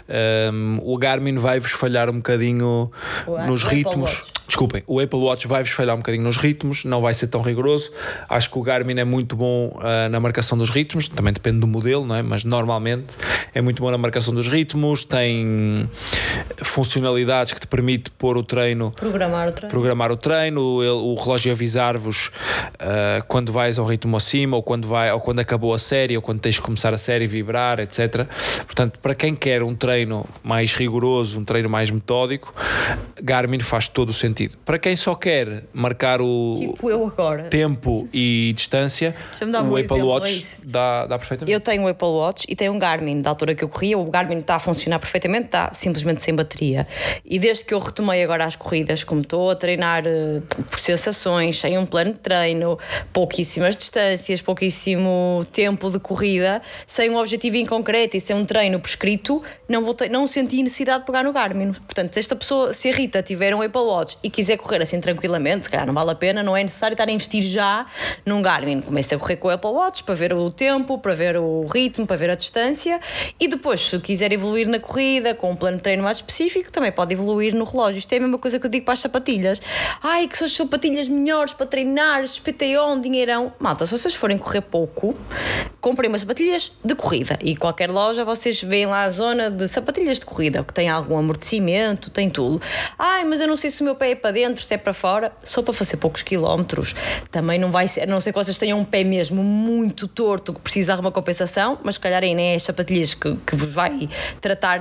O Garmin vai-vos falhar um bocadinho nos ritmos. Desculpem, o Apple Watch vai-vos falhar um bocadinho nos ritmos, não vai ser tão rigoroso. Acho que o Garmin é muito bom na marcação dos ritmos, também depende do modelo, não é? Mas normalmente é muito bom na marcação dos ritmos, tem funcionalidades que te permite pôr o treino, programar o treino, o relógio avisar-vos quando vais a um ritmo acima, ou quando acabou a série, ou quando tens de começar a série, vibrar, etc. Portanto, para quem quer um treino mais rigoroso, um treino mais metódico, Garmin faz todo o sentido. Para quem só quer marcar o tipo eu agora, tempo e distância, o Apple Watch dá perfeitamente. Eu tenho o Apple Watch e tenho um Garmin da altura que eu corria. O Garmin está a funcionar perfeitamente, está simplesmente sem bateria. E desde que eu retomei agora as corridas, como estou a treinar por sensações, sem um plano de treino, pouquíssimas distâncias, pouquíssimo tempo de corrida, sem um objetivo em concreto e sem um treino prescrito, não senti necessidade de pegar no Garmin. Portanto, se esta pessoa, se a Rita tiver um Apple Watch e quiser correr assim tranquilamente, se calhar não vale a pena, não é necessário estar a investir já num Garmin. Comece a correr com o Apple Watch para ver o tempo, para ver o ritmo, para ver a distância, e depois, se quiser evoluir na corrida com um plano de treino mais específico, também pode evoluir no relógio. Isto é a mesma coisa que eu digo para as sapatilhas. Ai, que são as sapatilhas melhores para treinar, SPTO, dinheirão. Malta, se vocês forem correr pouco, comprem umas sapatilhas de corrida, e qualquer loja vocês veem lá a zona de sapatilhas de corrida, que tem algum amortecimento, tem tudo. Ai, mas eu não sei se o meu pé é para dentro, se é para fora. Só para fazer poucos quilómetros também não vai ser, a não ser que vocês tenham um pé mesmo muito torto que precisa de uma compensação, mas se calhar aí nem é as sapatilhas que vos vai tratar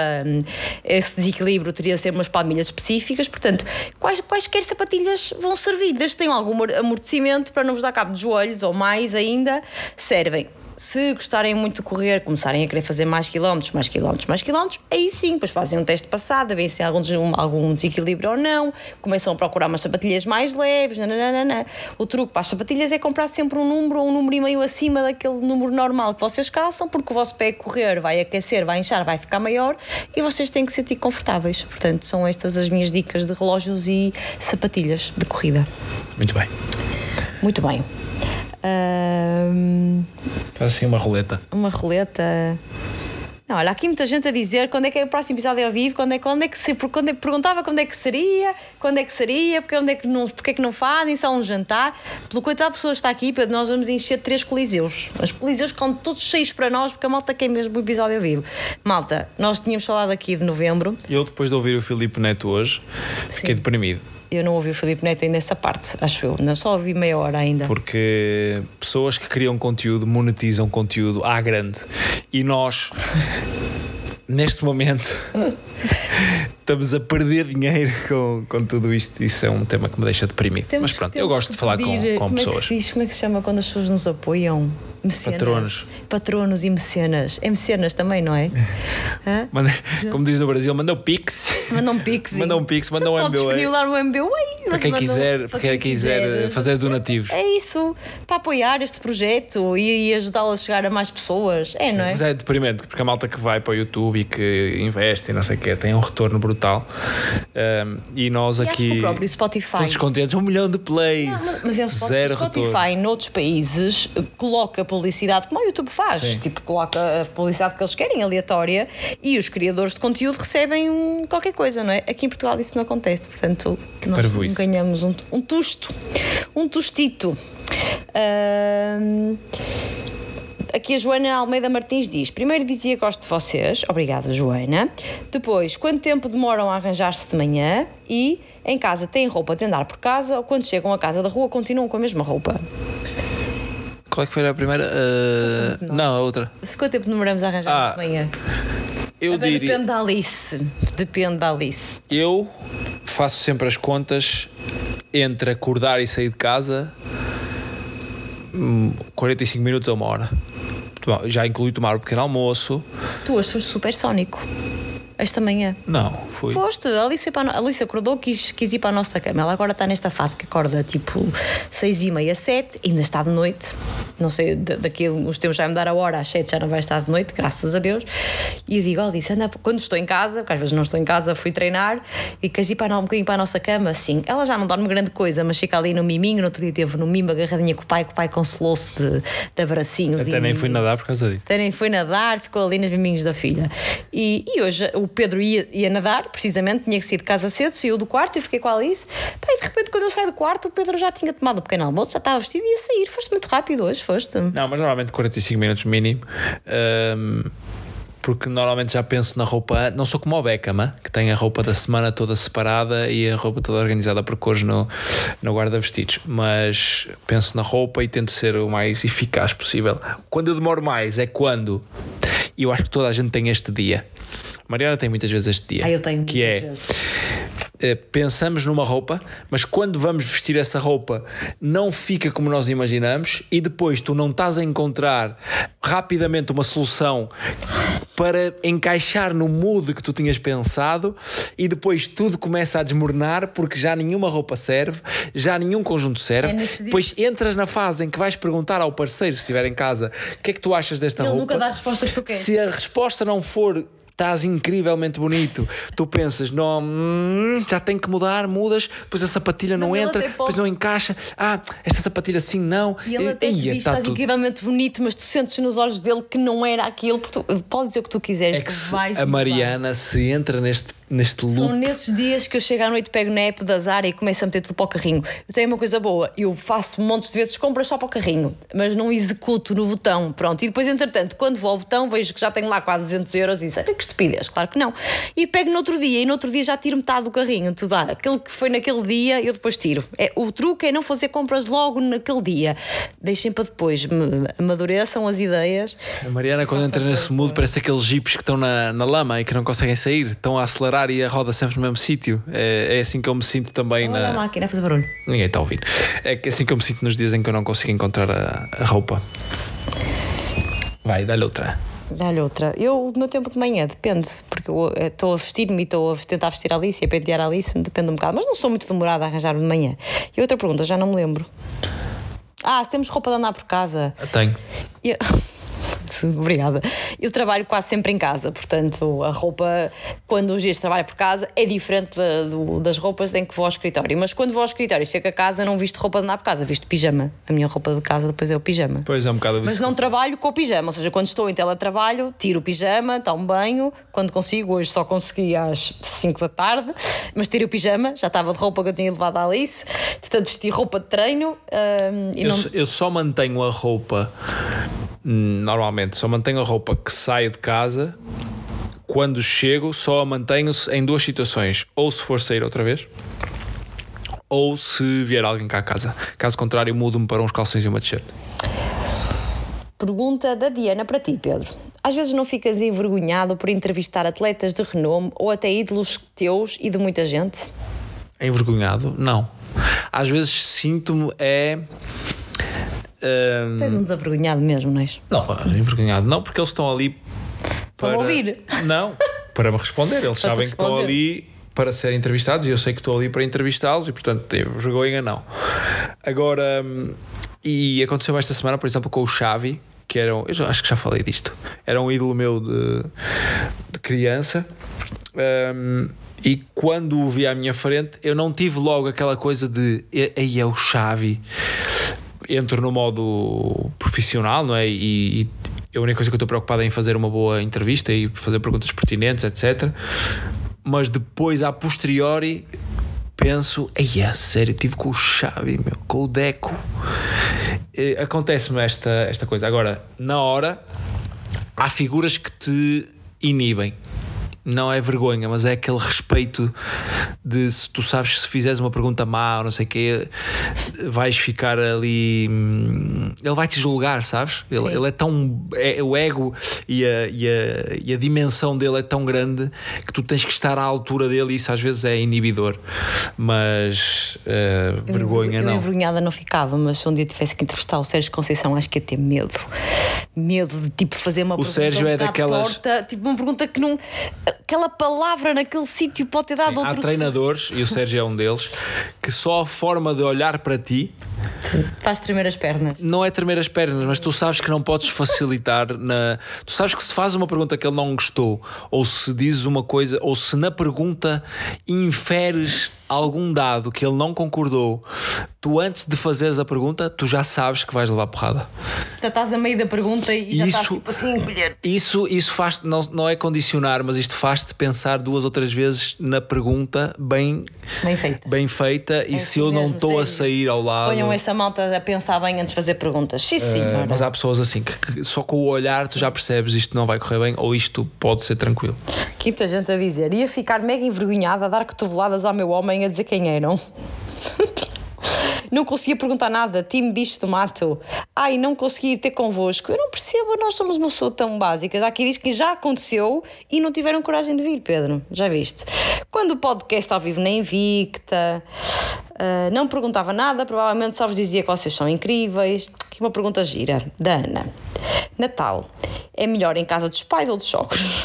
esse desequilíbrio, teria de ser umas palmilhas específicas. Portanto, quaisquer sapatilhas vão servir, desde que tenham algum amortecimento para não vos dar cabo de joelhos, ou mais ainda, servem. Se gostarem muito de correr, começarem a querer fazer mais quilómetros, aí sim, depois fazem um teste passado, veem se há algum desequilíbrio ou não, começam a procurar umas sapatilhas mais leves. O truque para as sapatilhas é comprar sempre um número ou um número e meio acima daquele número normal que vocês calçam, porque o vosso pé a correr vai aquecer, vai inchar, vai ficar maior, e vocês têm que se sentir confortáveis. Portanto, são estas as minhas dicas de relógios e sapatilhas de corrida. Muito bem. Muito bem. Faz assim uma roleta. Uma roleta. Não, olha, aqui muita gente a dizer quando é que é o próximo episódio ao vivo, perguntava quando é que seria, porque é que não fazem, só um jantar. Pelo quanto a pessoa está aqui, Pedro, nós vamos encher 3 coliseus. Os coliseus ficam todos cheios para nós, porque a malta quer mesmo o episódio ao vivo. Malta, nós tínhamos falado aqui de novembro. Eu, depois de ouvir o Filipe Neto hoje, fiquei deprimido. Eu não ouvi o Filipe Neto ainda nessa parte, acho eu. Não, só ouvi meia hora ainda. Porque pessoas que criam conteúdo monetizam conteúdo à grande. E nós, neste momento, estamos a perder dinheiro com tudo isto. Isso é um tema que me deixa deprimido. Mas pronto, eu gosto de falar com pessoas. Como é que se chama quando as pessoas nos apoiam? Mecenas. Patronos e mecenas. É mecenas também, não é? Como diz no Brasil, manda um pix. Manda um pix. Manda um pix, manda um MBA. Podes disponibilizar um MBA. Para quem quiser fazer donativos. É isso. Para apoiar este projeto e ajudá-lo a chegar a mais pessoas. É, não é? Mas é deprimente, porque a malta que vai para o YouTube e que investe e não sei o quê tem um retorno brutal. E nós e aqui. Acho que o próprio Spotify. Todos contentes, 1 milhão de plays. Mas é zero o Spotify retorno. noutros países coloca publicidade como o YouTube faz. Sim. Tipo, coloca a publicidade que eles querem, aleatória, e os criadores de conteúdo recebem qualquer coisa, não é? Aqui em Portugal isso não acontece, portanto nós ganhamos um tusto, um tostito. Aqui a Joana Almeida Martins diz: primeiro dizia gosto de vocês, obrigada Joana. Depois, quanto tempo demoram a arranjar-se de manhã? E em casa têm roupa de andar por casa ou quando chegam à casa da rua continuam com a mesma roupa? Qual é que foi a primeira? Não, a outra. Quanto tempo demoramos a arranjar-nos de manhã? Eu diria... Depende da Alice. Depende da Alice. Eu faço sempre as contas entre acordar e sair de casa 45 minutos a 1 hora. Já inclui tomar um pequeno almoço. Tu hoje foste supersónico esta manhã. Não, fui. Foste, a Alice acordou, quis ir para a nossa cama. Ela agora está nesta fase que acorda tipo 6h30, 7, ainda está de noite. Não sei, daqui a uns tempos vai mudar a hora, às 7 já não vai estar de noite, graças a Deus. E eu digo, Alice, anda, quando estou em casa, porque às vezes não estou em casa, fui treinar, e queres ir um bocadinho para a nossa cama? Sim, ela já não dorme grande coisa, mas fica ali no miminho. No outro dia teve no mimo, agarradinha com o pai, consolou-se de abracinhos. Até nem fui nadar por causa disso. Até nem foi nadar, ficou ali nos miminhos da filha. E hoje o Pedro ia nadar, precisamente, tinha que sair de casa cedo, saiu do quarto, eu fiquei com a Alice. E de repente, quando eu saio do quarto, o Pedro já tinha tomado o pequeno almoço, já estava vestido e ia sair. Foste muito rápido hoje, foste? Não, mas normalmente 45 minutos mínimo. Porque normalmente já penso na roupa. Não sou como o Beckham, que tem a roupa da semana toda separada e a roupa toda organizada por cores no guarda-vestidos, mas penso na roupa e tento ser o mais eficaz possível. Quando eu demoro mais é quando, e eu acho que toda a gente tem este dia. Mariana tem muitas vezes este dia. Eu tenho que muitas vezes. Pensamos numa roupa, mas quando vamos vestir essa roupa não fica como nós imaginamos e depois tu não estás a encontrar rapidamente uma solução para encaixar no mood que tu tinhas pensado e depois tudo começa a desmoronar porque já nenhuma roupa serve, já nenhum conjunto serve. Depois entras na fase em que vais perguntar ao parceiro, se estiver em casa, o que é que tu achas desta roupa? Ele nunca dá a resposta que tu queres. Se a resposta não for estás incrivelmente bonito, tu pensas, não, já tem que mudar, mudas, depois a sapatilha não entra, depois não encaixa, esta sapatilha assim não. E ele até diz, estás incrivelmente bonito, mas tu sentes nos olhos dele que não era aquilo, porque tu podes dizer o que tu quiseres, é que vais a Mariana se entra neste loop. São nesses dias que eu chego à noite, pego na app da Zara e começo a meter tudo para o carrinho. Eu tenho uma coisa boa, eu faço montes de vezes compras só para o carrinho, mas não executo no botão, pronto. E depois, entretanto, quando vou ao botão, vejo que já tenho lá quase 200 euros e disse, que estupidez, claro que não. E pego no outro dia, e no outro dia já tiro metade do carrinho, tudo bem. Aquele que foi naquele dia, eu depois tiro. O truque é não fazer compras logo naquele dia. Deixem para depois, amadureçam as ideias. A Mariana, quando entra nesse mood, parece aqueles jipes que estão na lama e que não conseguem sair, estão a acelerar e a roda sempre no mesmo sítio. É assim que eu me sinto também. Olha a máquina a fazer barulho. Ninguém está a ouvir. É assim que eu me sinto nos dias em que eu não consigo encontrar a roupa. Vai, dá-lhe outra. Dá-lhe outra. Eu, do meu tempo de manhã, depende, porque eu estou a vestir-me e estou a tentar vestir a Alice e a pentear a Alice, depende um bocado, mas não sou muito demorada a arranjar-me de manhã. E outra pergunta, já não me lembro. Se temos roupa de andar por casa. Tenho. Obrigada. Eu trabalho quase sempre em casa, portanto a roupa, quando os dias de trabalho por casa, é diferente das roupas em que vou ao escritório. Mas quando vou ao escritório e chego a casa, não visto roupa de andar por casa, visto pijama. A minha roupa de casa depois é o pijama. Pois é, um bocado. Mas não trabalho com o pijama, ou seja, quando estou em teletrabalho, tiro o pijama, tomo banho, quando consigo, hoje só consegui às 5 da tarde, mas tiro o pijama, já estava de roupa que eu tinha levado à Alice, portanto vesti roupa de treino. Eu só mantenho a roupa. Normalmente só mantenho a roupa que saio de casa. Quando chego só a mantenho-se em 2 situações: ou se for sair outra vez, ou se vier alguém cá a casa. Caso contrário, mudo-me para uns calções e uma t-shirt. Pergunta da Diana para ti, Pedro. Às vezes não ficas envergonhado por entrevistar atletas de renome ou até ídolos teus e de muita gente? Envergonhado? Não. Às vezes sinto-me Tens um desavergonhado mesmo, não é? Não, envergonhado não, porque eles estão ali para ouvir. Não, para me responder. Eles sabem que estão ali para serem entrevistados e eu sei que estou ali para entrevistá-los e, portanto, vergonha não. Agora, e aconteceu esta semana, por exemplo, com o Xavi, que era eu acho que já falei disto, era um ídolo meu de criança. E quando o vi à minha frente, eu não tive logo aquela coisa de aí é o Xavi. Entro no modo profissional, não é? E a única coisa que eu estou preocupado é em fazer uma boa entrevista e fazer perguntas pertinentes, etc. Mas depois, a posteriori, penso, ei, é sério, estive com o Xavi, com o Deco. Acontece-me esta coisa. Agora, na hora, há figuras que te inibem. Não é vergonha, mas é aquele respeito de se tu sabes que se fizeres uma pergunta má ou não sei o quê, vais ficar ali. Ele vai te julgar, sabes? Ele é tão. O ego e a dimensão dele é tão grande que tu tens que estar à altura dele e isso às vezes é inibidor. Mas vergonha não. Eu envergonhada não ficava, mas se um dia tivesse que entrevistar o Sérgio Conceição, acho que ia ter medo. Medo de tipo fazer uma pergunta. O Sérgio é daquelas. Torta, tipo uma pergunta que não. Aquela palavra naquele sítio pode ter dado outro. Há treinadores, e o Sérgio é um deles, que só a forma de olhar para ti faz tremer as pernas. Não é tremer as pernas, mas tu sabes que não podes facilitar tu sabes que se faz uma pergunta que ele não gostou, ou se dizes uma coisa, ou se na pergunta inferes algum dado que ele não concordou, tu antes de fazeres a pergunta, tu já sabes que vais levar porrada. Então estás a meio da pergunta e já estás tipo assim a encolher. Isso faz, não é condicionar, mas isto faz-te pensar 2 ou 3 vezes na pergunta bem feita e se eu não estou a sair ao lado. Ponham esta malta a pensar bem antes de fazer perguntas. Sim, senhora. Mas há pessoas assim que só com o olhar tu já percebes isto não vai correr bem ou isto pode ser tranquilo. Aqui muita gente a dizer, ia ficar mega envergonhada a dar cotoveladas ao meu homem a dizer quem eram. Não conseguia perguntar nada, time bicho do mato. Ai, não consegui ir ter convosco. Eu não percebo, nós somos uma pessoa tão básica. Aqui diz que já aconteceu e não tiveram coragem de vir, Pedro. Já viste? Quando o podcast ao vivo na Invicta, não perguntava nada, provavelmente só vos dizia que vocês são incríveis. Aqui uma pergunta gira, da Ana. Natal, é melhor em casa dos pais ou dos sogros?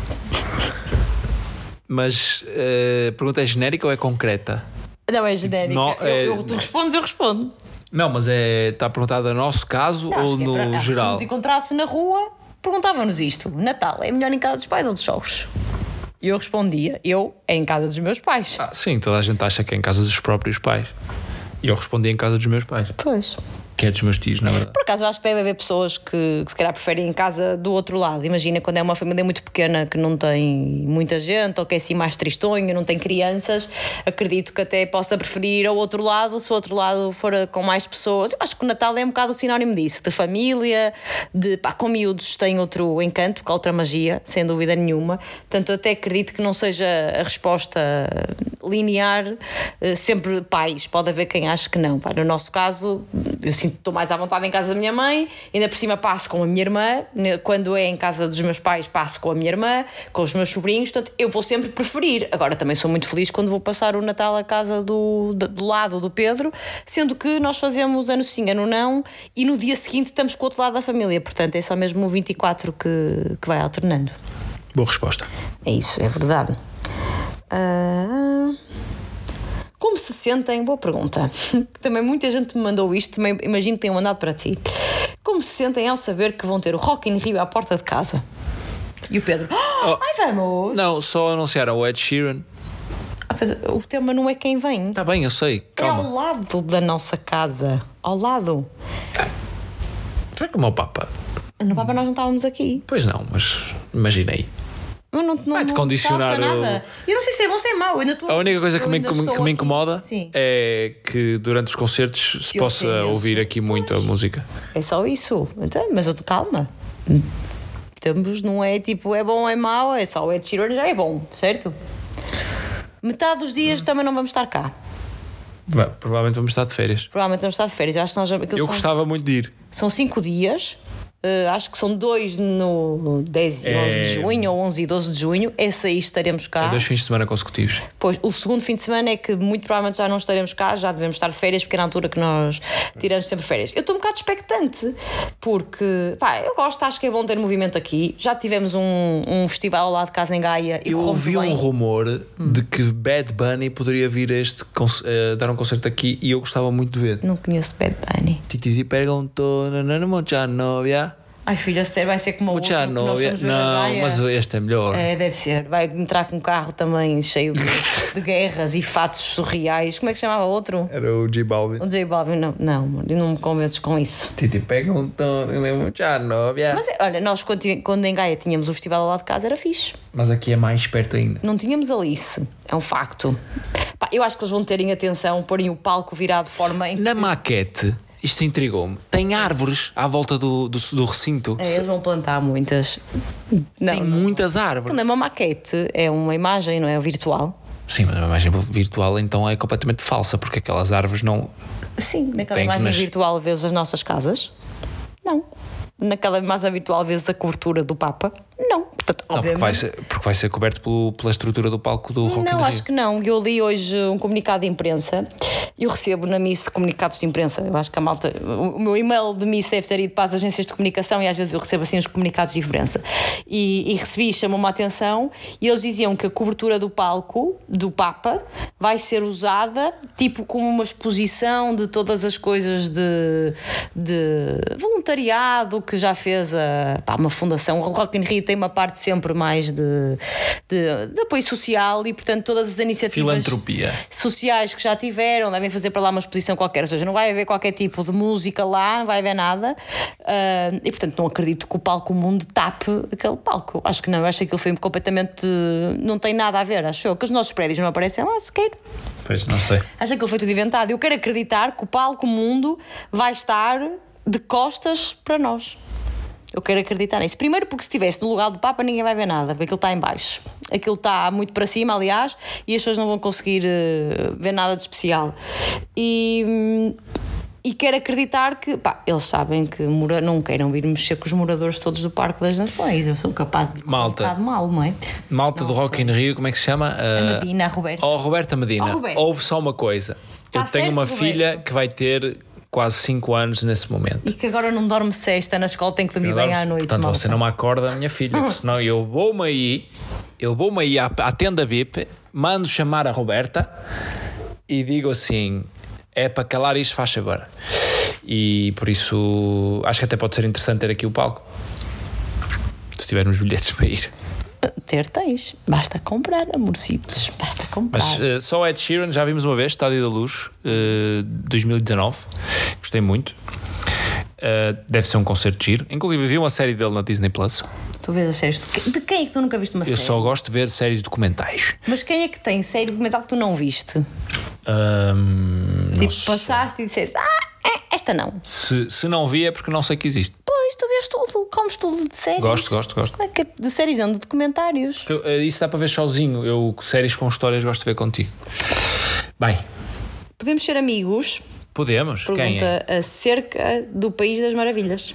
Mas a pergunta é genérica ou é concreta? Não, é genérica. Tu respondes, eu respondo. Não, mas está perguntado no nosso caso ou no geral? Se nos encontrasse na rua, perguntavam-nos isto. Natal, é melhor em casa dos pais ou dos sogros? E eu respondia, é em casa dos meus pais. Sim, toda a gente acha que é em casa dos próprios pais. E eu respondi em casa dos meus pais. Pois. Que é dos meus tios, na verdade. Por acaso, eu acho que deve haver pessoas que se calhar preferem em casa do outro lado. Imagina quando é uma família muito pequena que não tem muita gente ou que é assim mais tristonha, não tem crianças. Acredito que até possa preferir ao outro lado, se o outro lado for com mais pessoas. Eu acho que o Natal é um bocado o sinónimo disso, de família, com miúdos tem outro encanto, com outra magia, sem dúvida nenhuma. Portanto, eu até acredito que não seja a resposta linear, sempre pais. Pode haver quem ache que não. No nosso caso, eu sinto que estou mais à vontade em casa da minha mãe, ainda por cima passo com a minha irmã, quando é em casa dos meus pais passo com a minha irmã, com os meus sobrinhos, portanto eu vou sempre preferir. Agora também sou muito feliz quando vou passar o Natal à casa do lado do Pedro, sendo que nós fazemos ano sim, ano não, e no dia seguinte estamos com o outro lado da família, portanto é só mesmo o 24 que vai alternando. Boa resposta. É isso, é verdade. Como se sentem? Boa pergunta. Também muita gente me mandou isto, também imagino que tenham mandado para ti. Como se sentem ao saber que vão ter o Rock in Rio à porta de casa? E o Pedro, ai vamos! Não, só anunciaram o Ed Sheeran. O tema não é quem vem. Está bem, eu sei, calma. É ao lado da nossa casa. Ao lado. Será que o meu Papa? No Papa nós não estávamos aqui. Pois não, mas imaginei. Vai-te condicionar nada. Eu não sei se é bom ou se é mau. A única coisa que me incomoda é que durante os concertos se possa ouvir aqui muito a música. É só isso. Então, mas calma. Estamos, não é tipo é bom ou é mau, é só o Ed Sheeran já é bom, certo? Metade dos dias também não vamos estar cá. Provavelmente vamos estar de férias. Eu acho que eu gostava muito de ir. São 5 dias. Acho que são 2 no 10 e 11 de junho, ou 11 e 12 de junho. Esse aí estaremos cá. 2 fins de semana consecutivos. Pois, o segundo fim de semana é que muito provavelmente já não estaremos cá, já devemos estar de férias, porque é na altura que nós tiramos sempre férias. Eu estou um bocado expectante, porque eu gosto, acho que é bom ter movimento aqui. Já tivemos um festival lá de casa em Gaia e eu ouvi um rumor de que Bad Bunny poderia vir dar um concerto aqui e eu gostava muito de ver. Não conheço Bad Bunny. Titi perguntou, mucha novia. Ai filha, sério, vai ser como o outro. Não, mas este é melhor. É, deve ser. Vai entrar com um carro também cheio de guerras e fatos surreais. Como é que se chamava o outro? Era o J Balvin. O J Balvin, não me convences com isso. Titi perguntou, mucha novia. Mas olha, nós quando em Gaia tínhamos o festival lá de casa era fixe. Mas aqui é mais perto ainda. Não tínhamos Alice, é um facto. Eu acho que eles vão terem atenção, porem o palco virado de forma em que... Na maquete... Isto intrigou-me. Tem árvores à volta do recinto. Eles vão plantar muitas. Tem muitas árvores. Não é uma maquete, é uma imagem, não é? Virtual. Sim, mas a imagem virtual então é completamente falsa, porque aquelas árvores não... Sim, naquela imagem virtual vês as nossas casas? Não. Naquela imagem virtual vês a cobertura do Papa? Não. Portanto, não, porque vai ser coberto pela estrutura do palco do Rock in Rio. Não, acho que não. Eu li hoje um comunicado de imprensa. Eu recebo na Miss comunicados de imprensa. Eu acho que a malta... O meu e-mail de Miss deve ter ido para as agências de comunicação e às vezes eu recebo assim os comunicados de imprensa. E recebi, chamou-me a atenção, e eles diziam que a cobertura do palco, do Papa, vai ser usada tipo como uma exposição de todas as coisas de voluntariado que já fez uma fundação. O Rock in Rio tem uma parte sempre mais de apoio social e, portanto, todas as iniciativas filantropia sociais que já tiveram devem fazer para lá uma exposição qualquer, ou seja, não vai haver qualquer tipo de música lá, não vai haver nada, e portanto não acredito que o Palco Mundo tape aquele palco. Acho que não, eu acho que aquilo foi completamente, não tem nada a ver, acho que os nossos prédios não aparecem lá sequer. Pois, não sei. Acho que aquilo foi tudo inventado. Eu quero acreditar que o Palco Mundo vai estar de costas para nós. Eu quero acreditar nisso. Primeiro porque se estivesse no lugar do Papa ninguém vai ver nada, porque aquilo está em baixo. Aquilo está muito para cima, aliás, e as pessoas não vão conseguir ver nada de especial. E quero acreditar que, eles sabem que não queiram vir mexer com os moradores todos do Parque das Nações. Eu sou capaz de Malta mal, não é? Malta do Rock in Rio, como é que se chama? A Medina, a Roberta. Roberta Medina. Ouve só uma coisa. Eu tenho uma filha que vai ter quase 5 anos nesse momento. E que agora não dorme sexta na escola, tem que dormir bem à noite. Portanto, você não me acorda, minha filha, porque senão eu vou-me aí à tenda VIP, mando chamar a Roberta e digo assim, é para calar isto, faz favor. E por isso acho que até pode ser interessante ter aqui o palco, se tivermos bilhetes para ir. Tens, basta comprar, amorcitos, basta comprar. Mas só Ed Sheeran já vimos uma vez, Estádio da Luz, 2019, gostei muito. Deve ser um concerto giro. Inclusive vi uma série dele na Disney Plus. Tu vês as séries de quem é que tu nunca viste uma série? Eu só gosto de ver séries documentais. Mas quem é que tem série documental que tu não viste? Tipo, passaste e disseste, esta não. Se não vi é porque não sei que existe. Pois, tu vês tudo, comes tudo de séries. Gosto. Como é que de séries não, de documentários? Isso dá para ver sozinho. Eu séries com histórias gosto de ver contigo. Bem, podemos ser amigos? Podemos. Pergunta Quem é? Acerca do País das Maravilhas.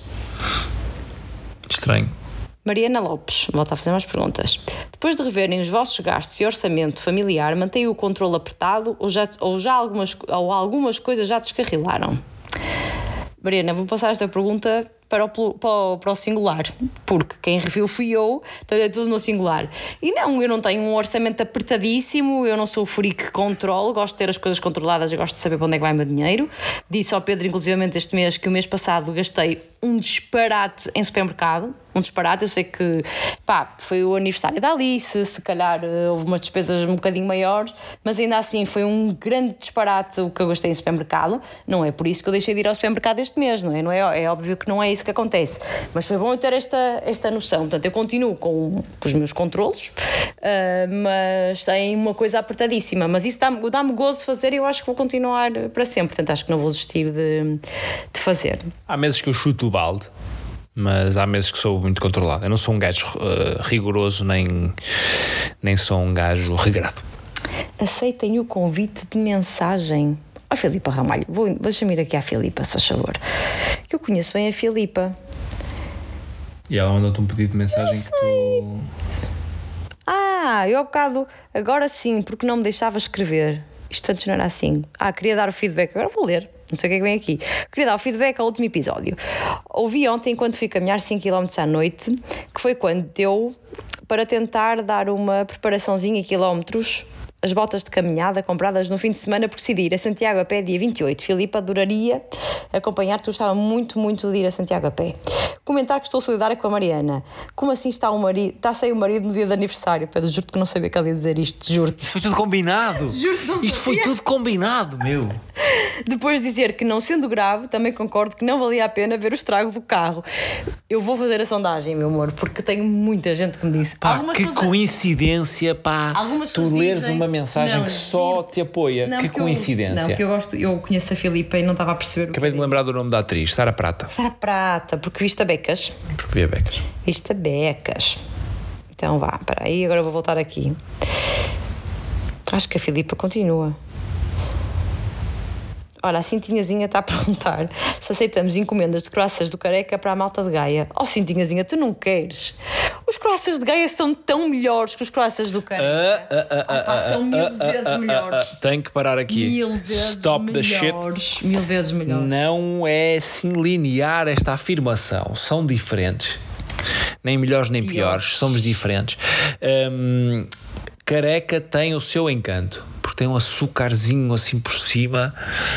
Estranho. Mariana Lopes, volta a fazer mais perguntas. Depois de reverem os vossos gastos e orçamento familiar, mantêm o controle apertado ou algumas coisas já descarrilaram? Mariana, vou passar esta pergunta para o singular, porque quem reviu fui eu, então é tudo no singular. E não, eu não tenho um orçamento apertadíssimo, eu não sou o freak que controlo, gosto de ter as coisas controladas, eu gosto de saber para onde é que vai o meu dinheiro. Disse ao Pedro, inclusivamente este mês, que o mês passado gastei um disparate em supermercado, um disparate. Eu sei que foi o aniversário da Alice, se calhar houve umas despesas um bocadinho maiores, mas ainda assim foi um grande disparate o que eu gastei em supermercado. Não é por isso que eu deixei de ir ao supermercado este mês, não é? É óbvio que não é isso que acontece, mas foi bom eu ter esta noção. Portanto, eu continuo com os meus controlos, mas tem uma coisa apertadíssima, mas isso dá-me gozo de fazer e eu acho que vou continuar para sempre. Portanto, acho que não vou desistir de fazer. Há meses que eu chuto o balde, mas há meses que sou muito controlado. Eu não sou um gajo rigoroso, nem sou um gajo regrado. Aceitem o convite de mensagem. Filipa Ramalho, deixa-me ir aqui à Filipa, se faz favor. Eu conheço bem a Filipa. E ela mandou-te um pedido de mensagem que tu... Eu há bocado, agora sim, porque não me deixava escrever. Isto antes não era assim. Queria dar o feedback, agora vou ler. Não sei o que é que vem aqui. Queria dar o feedback ao último episódio. Ouvi ontem, enquanto fui caminhar 5 km à noite, que foi quando deu para tentar dar uma preparaçãozinha quilómetros, as botas de caminhada compradas no fim de semana, por decidir a Santiago a pé dia 28. Filipe, adoraria acompanhar-te, eu gostava muito, muito de ir a Santiago a pé. Comentar que estou solidária com a Mariana. Como assim está sem o marido no dia de aniversário? Pedro, juro-te que não sabia que ela ia dizer isto, juro-te. Isto foi tudo combinado. Isto foi tudo combinado, meu. Depois de dizer que, não sendo grave, também concordo que não valia a pena ver o estrago do carro. Eu vou fazer a sondagem, meu amor, porque tenho muita gente que me disse. Pá, que coincidência, pá. Tu leres uma mensagem que só te apoia. Que coincidência. Eu conheço a Filipa e não estava a perceber. Acabei de me lembrar do nome da atriz, Sara Prata. Sara Prata, porque viste a Becas. Porque vi a Becas. Viste a Becas. Então vá, espera aí, agora eu vou voltar aqui. Acho que a Filipa continua. Olha, a Cintinhazinha está a perguntar se aceitamos encomendas de croissants do Careca para a malta de Gaia. Cintinhazinha, tu não queres? Os croissants de Gaia são tão melhores que os croissants do Careca. São 1000 vezes melhores. Tenho que parar aqui. 1000 vezes Stop melhores. the shit. 1000 vezes melhores. Não é assim linear esta afirmação. São diferentes. Nem melhores nem piores. Somos diferentes. Careca tem o seu encanto. Tem um açúcarzinho assim por cima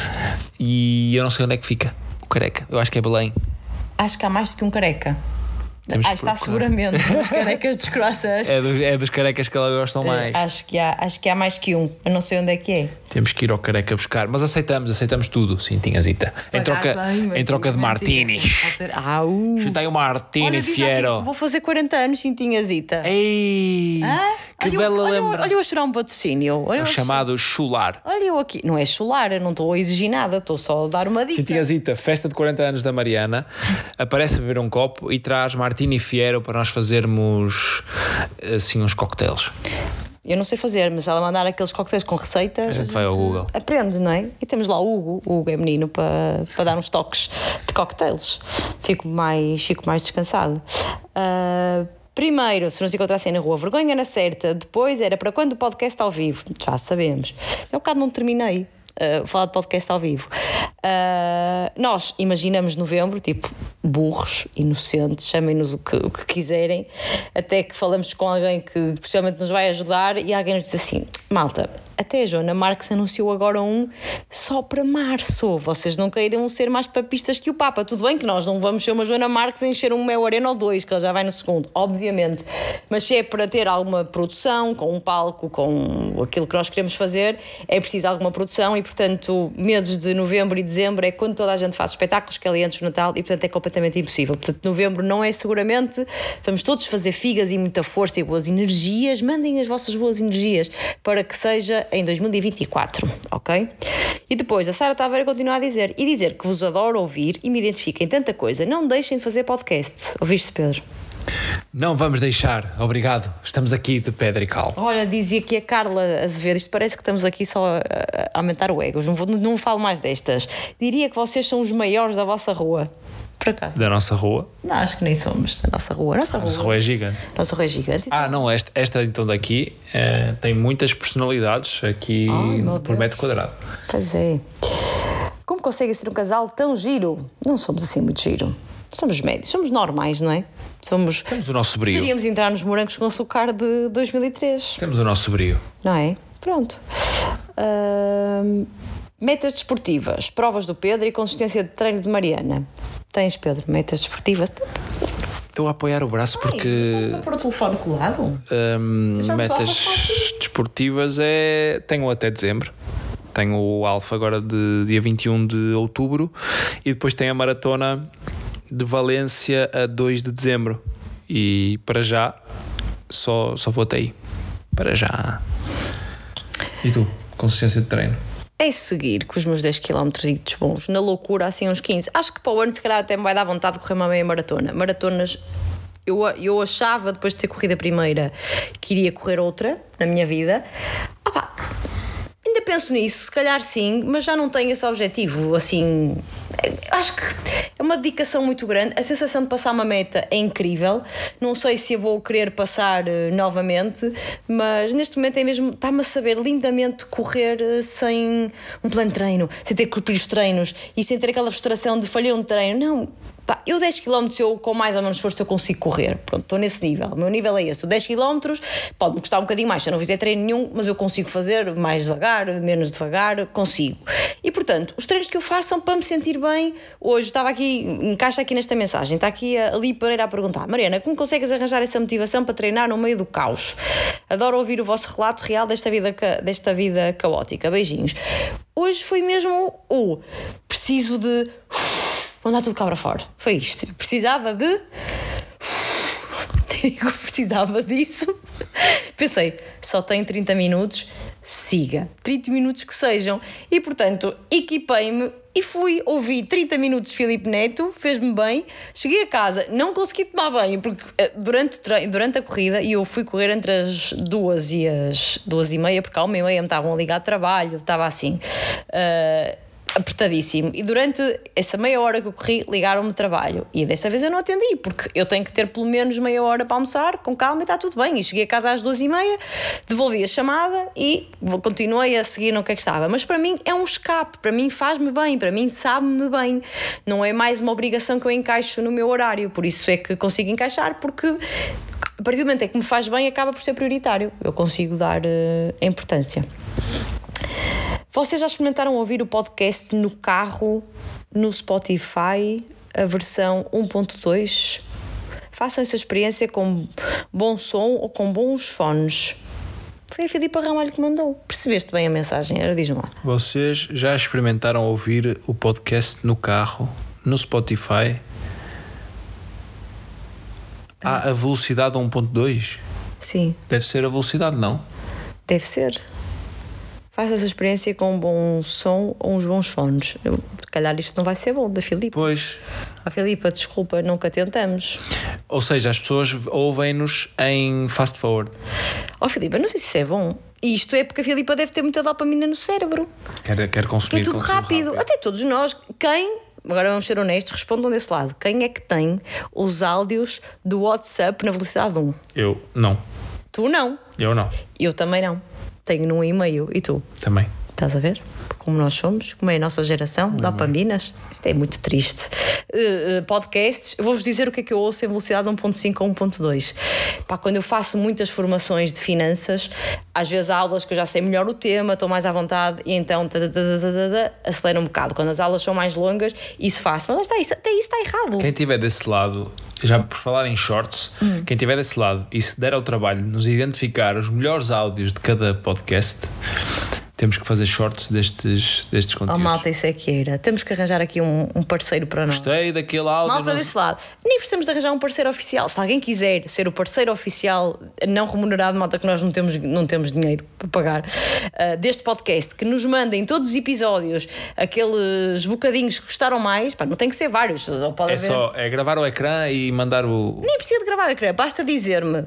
e eu não sei onde é que fica o Careca. Eu acho que é Belém. Acho que há mais do que um Careca. Está seguramente nos carecas dos croissants. É dos carecas que ela gosta mais. Acho que há mais que um. Eu não sei onde é que é. Temos que ir ao Careca buscar. Mas aceitamos tudo, sim, Tinhazita. Em troca de martinis. Chutei o Martini Fiero. Assim, vou fazer 40 anos, sim, Tinhazita. Ei! Que bela lembrança. Olha eu a chorar um patrocínio. O chamado chular. Olha eu aqui. Não é chular, eu não estou a exigir nada, estou só a dar uma dica. Sim, Tinhazita, festa de 40 anos da Mariana. Aparece a beber um copo e traz Martini Fiero para nós fazermos assim uns cocktails. Eu não sei fazer, mas ela mandar aqueles cocktails com receita, a gente vai ao Google. Aprende, não é? E temos lá o Hugo é menino para dar uns toques de cocktails. Fico mais descansado. Primeiro, se nos encontrassem na rua, vergonha na certa. Depois era para quando o podcast ao vivo. Já sabemos. Eu um bocado não terminei falar de podcast ao vivo. Nós imaginamos novembro, tipo burros, inocentes, chamem-nos o que quiserem, até que falamos com alguém que possivelmente nos vai ajudar e alguém nos diz assim: malta, até a Joana Marques anunciou agora um só para março. Vocês não queiram ser mais papistas que o Papa. Tudo bem que nós não vamos ser uma Joana Marques a encher um Mel Arena ou 2, que ela já vai no segundo, obviamente. Mas se é para ter alguma produção, com um palco, com aquilo que nós queremos fazer, é preciso alguma produção e, portanto, meses de novembro e dezembro é quando toda a gente faz espetáculos, que é ali antes do Natal, e, portanto, é completamente impossível. Portanto, novembro não é seguramente. Vamos todos fazer figas e muita força e boas energias. Mandem as vossas boas energias para que seja em 2024, ok? E depois a Sara Taveira continua a dizer que vos adoro ouvir e me identifico em tanta coisa. Não deixem de fazer podcast. Ouviste, Pedro? Não vamos deixar, obrigado. Estamos aqui de pedra e cal. Olha, dizia aqui a Carla Azevedo, isto parece que estamos aqui só a aumentar o ego. Não falo mais destas. Diria que vocês são os maiores da vossa rua. Por acaso? Da nossa rua? Não, acho que nem somos da nossa rua. Nossa rua é gigante. Nossa rua é gigante. Então. Não, esta então daqui tem muitas personalidades aqui por metro quadrado. Pois é. Como conseguem ser um casal tão giro? Não somos assim muito giro. Somos médios, somos normais, não é? Temos o nosso brio. Queríamos entrar nos morangos com açúcar de 2003. Temos o nosso brio. Não é? Pronto. Metas desportivas, provas do Pedro e consistência de treino de Mariana. Tens, Pedro, metas desportivas? Estou a apoiar o braço porque... Estás a pôr o telefone colado? Metas desportivas tenho até dezembro. Tenho o Alfa agora de dia 21 de outubro e depois tem a maratona de Valência a 2 de dezembro. E para já só vou até aí. Para já. E tu? Consistência de treino? É seguir com os meus 10 km bons, na loucura, assim uns 15. Acho que para o ano, se calhar, até me vai dar vontade de correr uma meia maratona. Maratonas, eu achava, depois de ter corrido a primeira, que iria correr outra na minha vida. Ainda penso nisso, se calhar sim, mas já não tenho esse objetivo, assim, acho que é uma dedicação muito grande. A sensação de passar uma meta é incrível. Não sei se eu vou querer passar novamente, mas neste momento é mesmo, está-me a saber lindamente correr sem um plano de treino, sem ter que cumprir os treinos e sem ter aquela frustração de falhar um treino. Não. Eu 10 km eu com mais ou menos esforço eu consigo correr. Pronto, estou nesse nível. O meu nível é esse. O 10 km pode-me custar um bocadinho mais se eu não fizer treino nenhum, mas eu consigo fazer mais devagar, menos devagar, consigo. E portanto, os treinos que eu faço são para me sentir bem. Hoje estava aqui, encaixa aqui nesta mensagem, está aqui a Ali Pereira a perguntar: Mariana, como consegues arranjar essa motivação para treinar no meio do caos? Adoro ouvir o vosso relato real desta vida caótica. Beijinhos. Hoje foi mesmo o preciso de mandar tudo cá para fora. Foi isto. Eu precisava disso. Pensei, só tenho 30 minutos, siga. 30 minutos que sejam. E portanto, equipei-me e fui ouvir 30 minutos de Filipe Neto, fez-me bem. Cheguei a casa, não consegui tomar banho, porque durante a corrida, e eu fui correr entre as 2 e as 2h30, porque à 1h30 me estavam a ligar de trabalho, estava assim. Apertadíssimo. E durante essa meia hora que eu corri, ligaram-me de trabalho. E dessa vez eu não atendi, porque eu tenho que ter pelo menos meia hora para almoçar, com calma, e está tudo bem. E cheguei a casa às 2h30, devolvi a chamada e continuei a seguir no que é que estava. Mas para mim é um escape, para mim faz-me bem, para mim sabe-me bem. Não é mais uma obrigação que eu encaixo no meu horário. Por isso é que consigo encaixar, porque a partir do momento em que me faz bem, acaba por ser prioritário. Eu consigo dar importância. Vocês já experimentaram ouvir o podcast no carro, no Spotify, a versão 1.2? Façam essa experiência com bom som ou com bons fones. Foi a Filipa Ramalho que mandou. Percebeste bem a mensagem? Era, diz-me lá. Vocês já experimentaram ouvir o podcast no carro, no Spotify? A velocidade 1.2? Sim. Deve ser a velocidade, não? Deve ser. Faça essa experiência com um bom som ou uns bons fones. Se calhar isto não vai ser bom, da Filipa. Pois. A Filipa, desculpa, nunca tentamos. Ou seja, as pessoas ouvem-nos em fast forward. Filipa, não sei se isso é bom. E isto é porque a Filipa deve ter muita dopamina no cérebro. Quer consumir. É tudo rápido. Até todos nós. Agora vamos ser honestos, respondam desse lado. Quem é que tem os áudios do WhatsApp na velocidade 1? Eu não. Tu não. Eu não. Eu também não. Tenho num e-mail. E tu? Também. Estás a ver? Como nós somos, como é a nossa geração, dopaminas. Isto é muito triste. Podcasts, eu vou-vos dizer o que é que eu ouço em velocidade 1.5 ou 1.2. Quando eu faço muitas formações de finanças, às vezes há aulas que eu já sei melhor o tema, estou mais à vontade e então acelero um bocado. Quando as aulas são mais longas, isso faço. Mas até isso está errado. Quem estiver desse lado, já por falar em shorts, quem estiver desse lado e se der ao trabalho de nos identificar os melhores áudios de cada podcast, temos que fazer shorts destes conteúdos. Malta, isso é que era. Temos que arranjar aqui um parceiro para nós. Gostei daquele áudio. Malta desse lado. Nem precisamos de arranjar um parceiro oficial. Se alguém quiser ser o parceiro oficial não remunerado, malta, que nós não temos dinheiro para pagar, deste podcast, que nos mandem todos os episódios, aqueles bocadinhos que gostaram mais, não tem que ser vários. Pode haver. Só gravar o ecrã e mandar o... Nem precisa de gravar o ecrã, basta dizer-me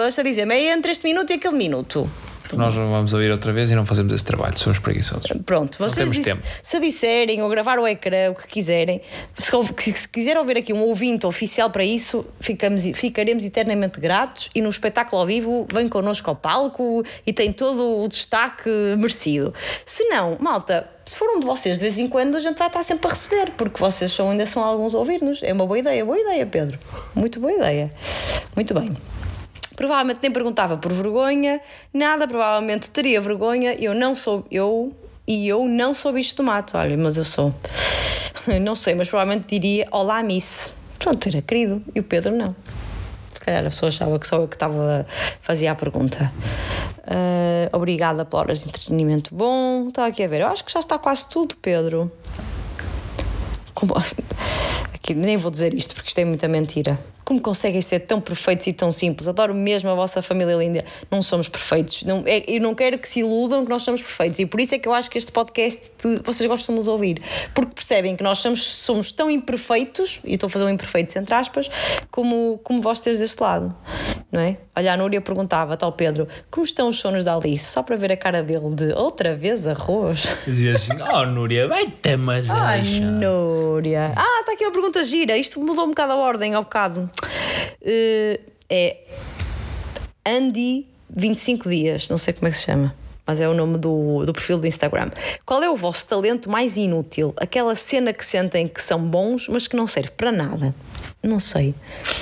é entre este minuto e aquele minuto. Nós não vamos ouvir outra vez e não fazemos esse trabalho, somos preguiçosos. Pronto, vocês se disserem ou gravar o ecrã, o que quiserem, se quiser ouvir aqui um ouvinte oficial para isso, ficaremos eternamente gratos e no espetáculo ao vivo vem connosco ao palco e tem todo o destaque merecido. Se não, malta, se for um de vocês de vez em quando, a gente vai estar sempre a receber, porque vocês ainda são alguns a ouvir-nos. É uma boa ideia, Pedro. Muito boa ideia. Muito bem. Provavelmente nem perguntava por vergonha, nada, provavelmente teria vergonha. Eu não sou bicho de mato, olha, mas eu sou. Não sei, mas provavelmente diria olá, Miss. Pronto, era querido, e o Pedro não. Se calhar a pessoa achava que só eu que fazia a pergunta. Obrigada por horas de entretenimento bom. Estava aqui a ver, eu acho que já está quase tudo, Pedro. Aqui, nem vou dizer isto porque isto é muita mentira. Como conseguem ser tão perfeitos e tão simples? Adoro mesmo a vossa família linda. Não somos perfeitos. Eu não quero que se iludam que nós somos perfeitos. E por isso é que eu acho que este podcast vocês gostam de nos ouvir. Porque percebem que nós somos tão imperfeitos, e estou a fazer um imperfeitos entre aspas, como vocês deste lado. não é? Olha, a Núria perguntava-te ao Pedro como estão os sonos da Alice, só para ver a cara dele de outra vez arroz. Dizia assim, Núria, vai-te, mas Núria. Está aqui uma pergunta gira, isto mudou um bocado a ordem ao bocado. É Andy 25 dias, não sei como é que se chama, mas é o nome do perfil do Instagram. Qual é o vosso talento mais inútil? Aquela cena que sentem que são bons, mas que não serve para nada. Não sei.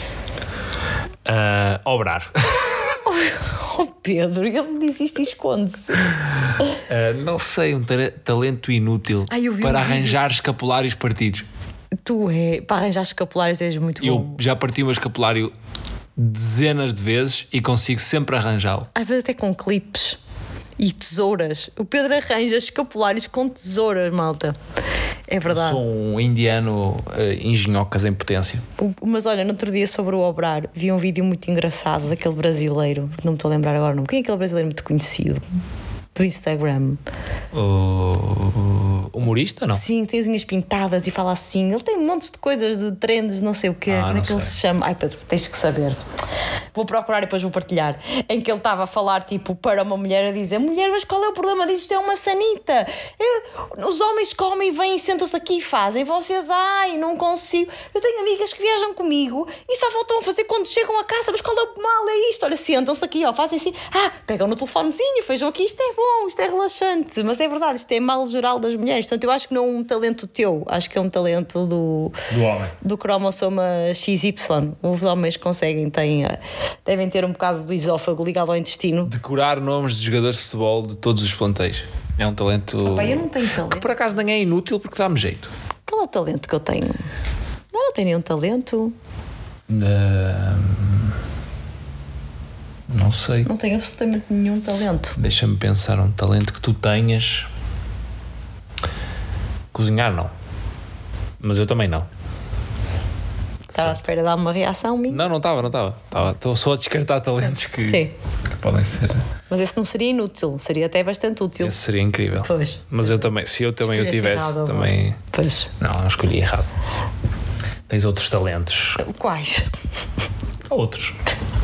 Obrar. Oh Pedro, ele diz isto e esconde-se. Não sei, um talento inútil para arranjar escapulários partidos. Para arranjar escapulários és muito bom. Eu já parti o meu escapulário dezenas de vezes e consigo sempre arranjá-lo. Às vezes até com clipes e tesouras. O Pedro arranja escapulários com tesouras, malta. É verdade. Sou um indiano engenhocas em potência. Mas olha, no outro dia sobre o obrar, vi um vídeo muito engraçado daquele brasileiro, não me estou a lembrar agora o nome. Quem é aquele brasileiro muito conhecido? Do Instagram. Humorista, não? Sim, tem as unhas pintadas e fala assim. Ele tem montes de coisas, de trends, não sei o quê. Como é que ele se chama? Ai Pedro, tens que saber. Vou procurar e depois vou partilhar. Em que ele estava a falar tipo para uma mulher a dizer: mulher, mas qual é o problema disto? É uma sanita. Os homens comem e vêm e sentam-se aqui e fazem. Vocês, não consigo. Eu tenho amigas que viajam comigo e só voltam a fazer quando chegam a casa. Mas qual é o mal? É isto. Olha, sentam-se aqui, fazem assim. Pegam no telefonezinho, vejam aqui. Isto é bom, isto é relaxante. Mas é verdade, isto é mal geral das mulheres. Portanto, eu acho que não é um talento teu. Acho que é um talento do homem. Do cromossoma XY. Os homens conseguem, devem ter um bocado do esófago ligado ao intestino. Decorar nomes de jogadores de futebol de todos os plantéis. É um talento. Eu não tenho talento. Que por acaso nem é inútil porque dá-me jeito. Qual é o talento que eu tenho? Eu não tenho nenhum talento. Não sei. Não tenho absolutamente nenhum talento. Deixa-me pensar um talento que tu tenhas. Cozinhar não. Mas eu também não. Estava à espera de dar uma reação minha? Não estava. Estou só a descartar talentos que podem ser. Mas esse não seria inútil, seria até bastante útil. Esse seria incrível. Pois. Mas eu também, se eu também o tivesse, errado, também. Pois. Não escolhi errado. Tens outros talentos. Quais? Outros.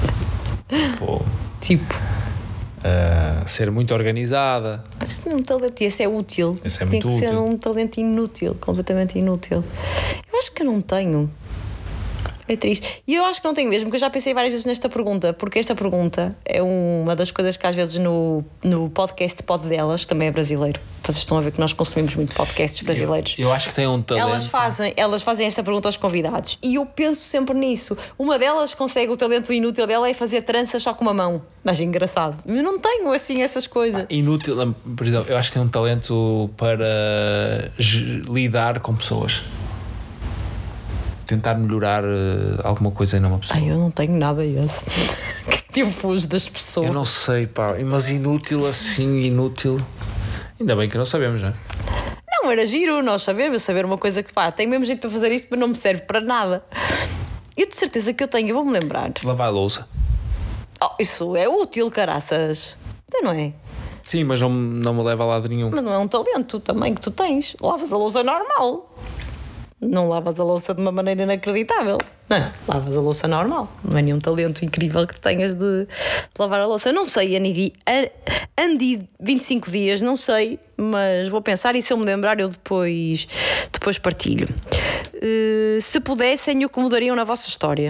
Tipo. Ser muito organizada. Esse não é um talento, esse é útil. Esse é muito útil. Tem que ser um talento inútil, completamente inútil. Eu acho que eu não tenho. É triste. E eu acho que não tenho mesmo, porque eu já pensei várias vezes nesta pergunta, porque esta pergunta é uma das coisas que às vezes no podcast Pod Delas, também é brasileiro. Vocês estão a ver que nós consumimos muito podcasts brasileiros. Eu acho que tem um talento. Elas fazem esta pergunta aos convidados e eu penso sempre nisso. Uma delas consegue, o talento inútil dela é fazer tranças só com uma mão. Mas é engraçado. Eu não tenho assim essas coisas. Inútil, por exemplo, eu acho que tem um talento para lidar com pessoas. Tentar melhorar alguma coisa numa pessoa. Eu não tenho nada esse. Eu fujo das pessoas. Eu não sei, mas inútil assim, inútil. Ainda bem que não sabemos, não é? Não, era giro, nós sabemos, saber uma coisa que tenho mesmo jeito para fazer isto, mas não me serve para nada. Eu de certeza que eu tenho, eu vou-me lembrar. Lavar a louça. Isso é útil, caraças. Então não é? Sim, mas não me leva a lado nenhum. Mas não é um talento também que tu tens. Lavas a louça normal. Não lavas a louça de uma maneira inacreditável. Não, lavas a louça normal. Não é nenhum talento incrível que tu tenhas de lavar a louça. Eu não sei, Andy 25 dias, não sei, mas vou pensar e se eu me lembrar eu depois partilho. Se pudessem, o que mudariam na vossa história?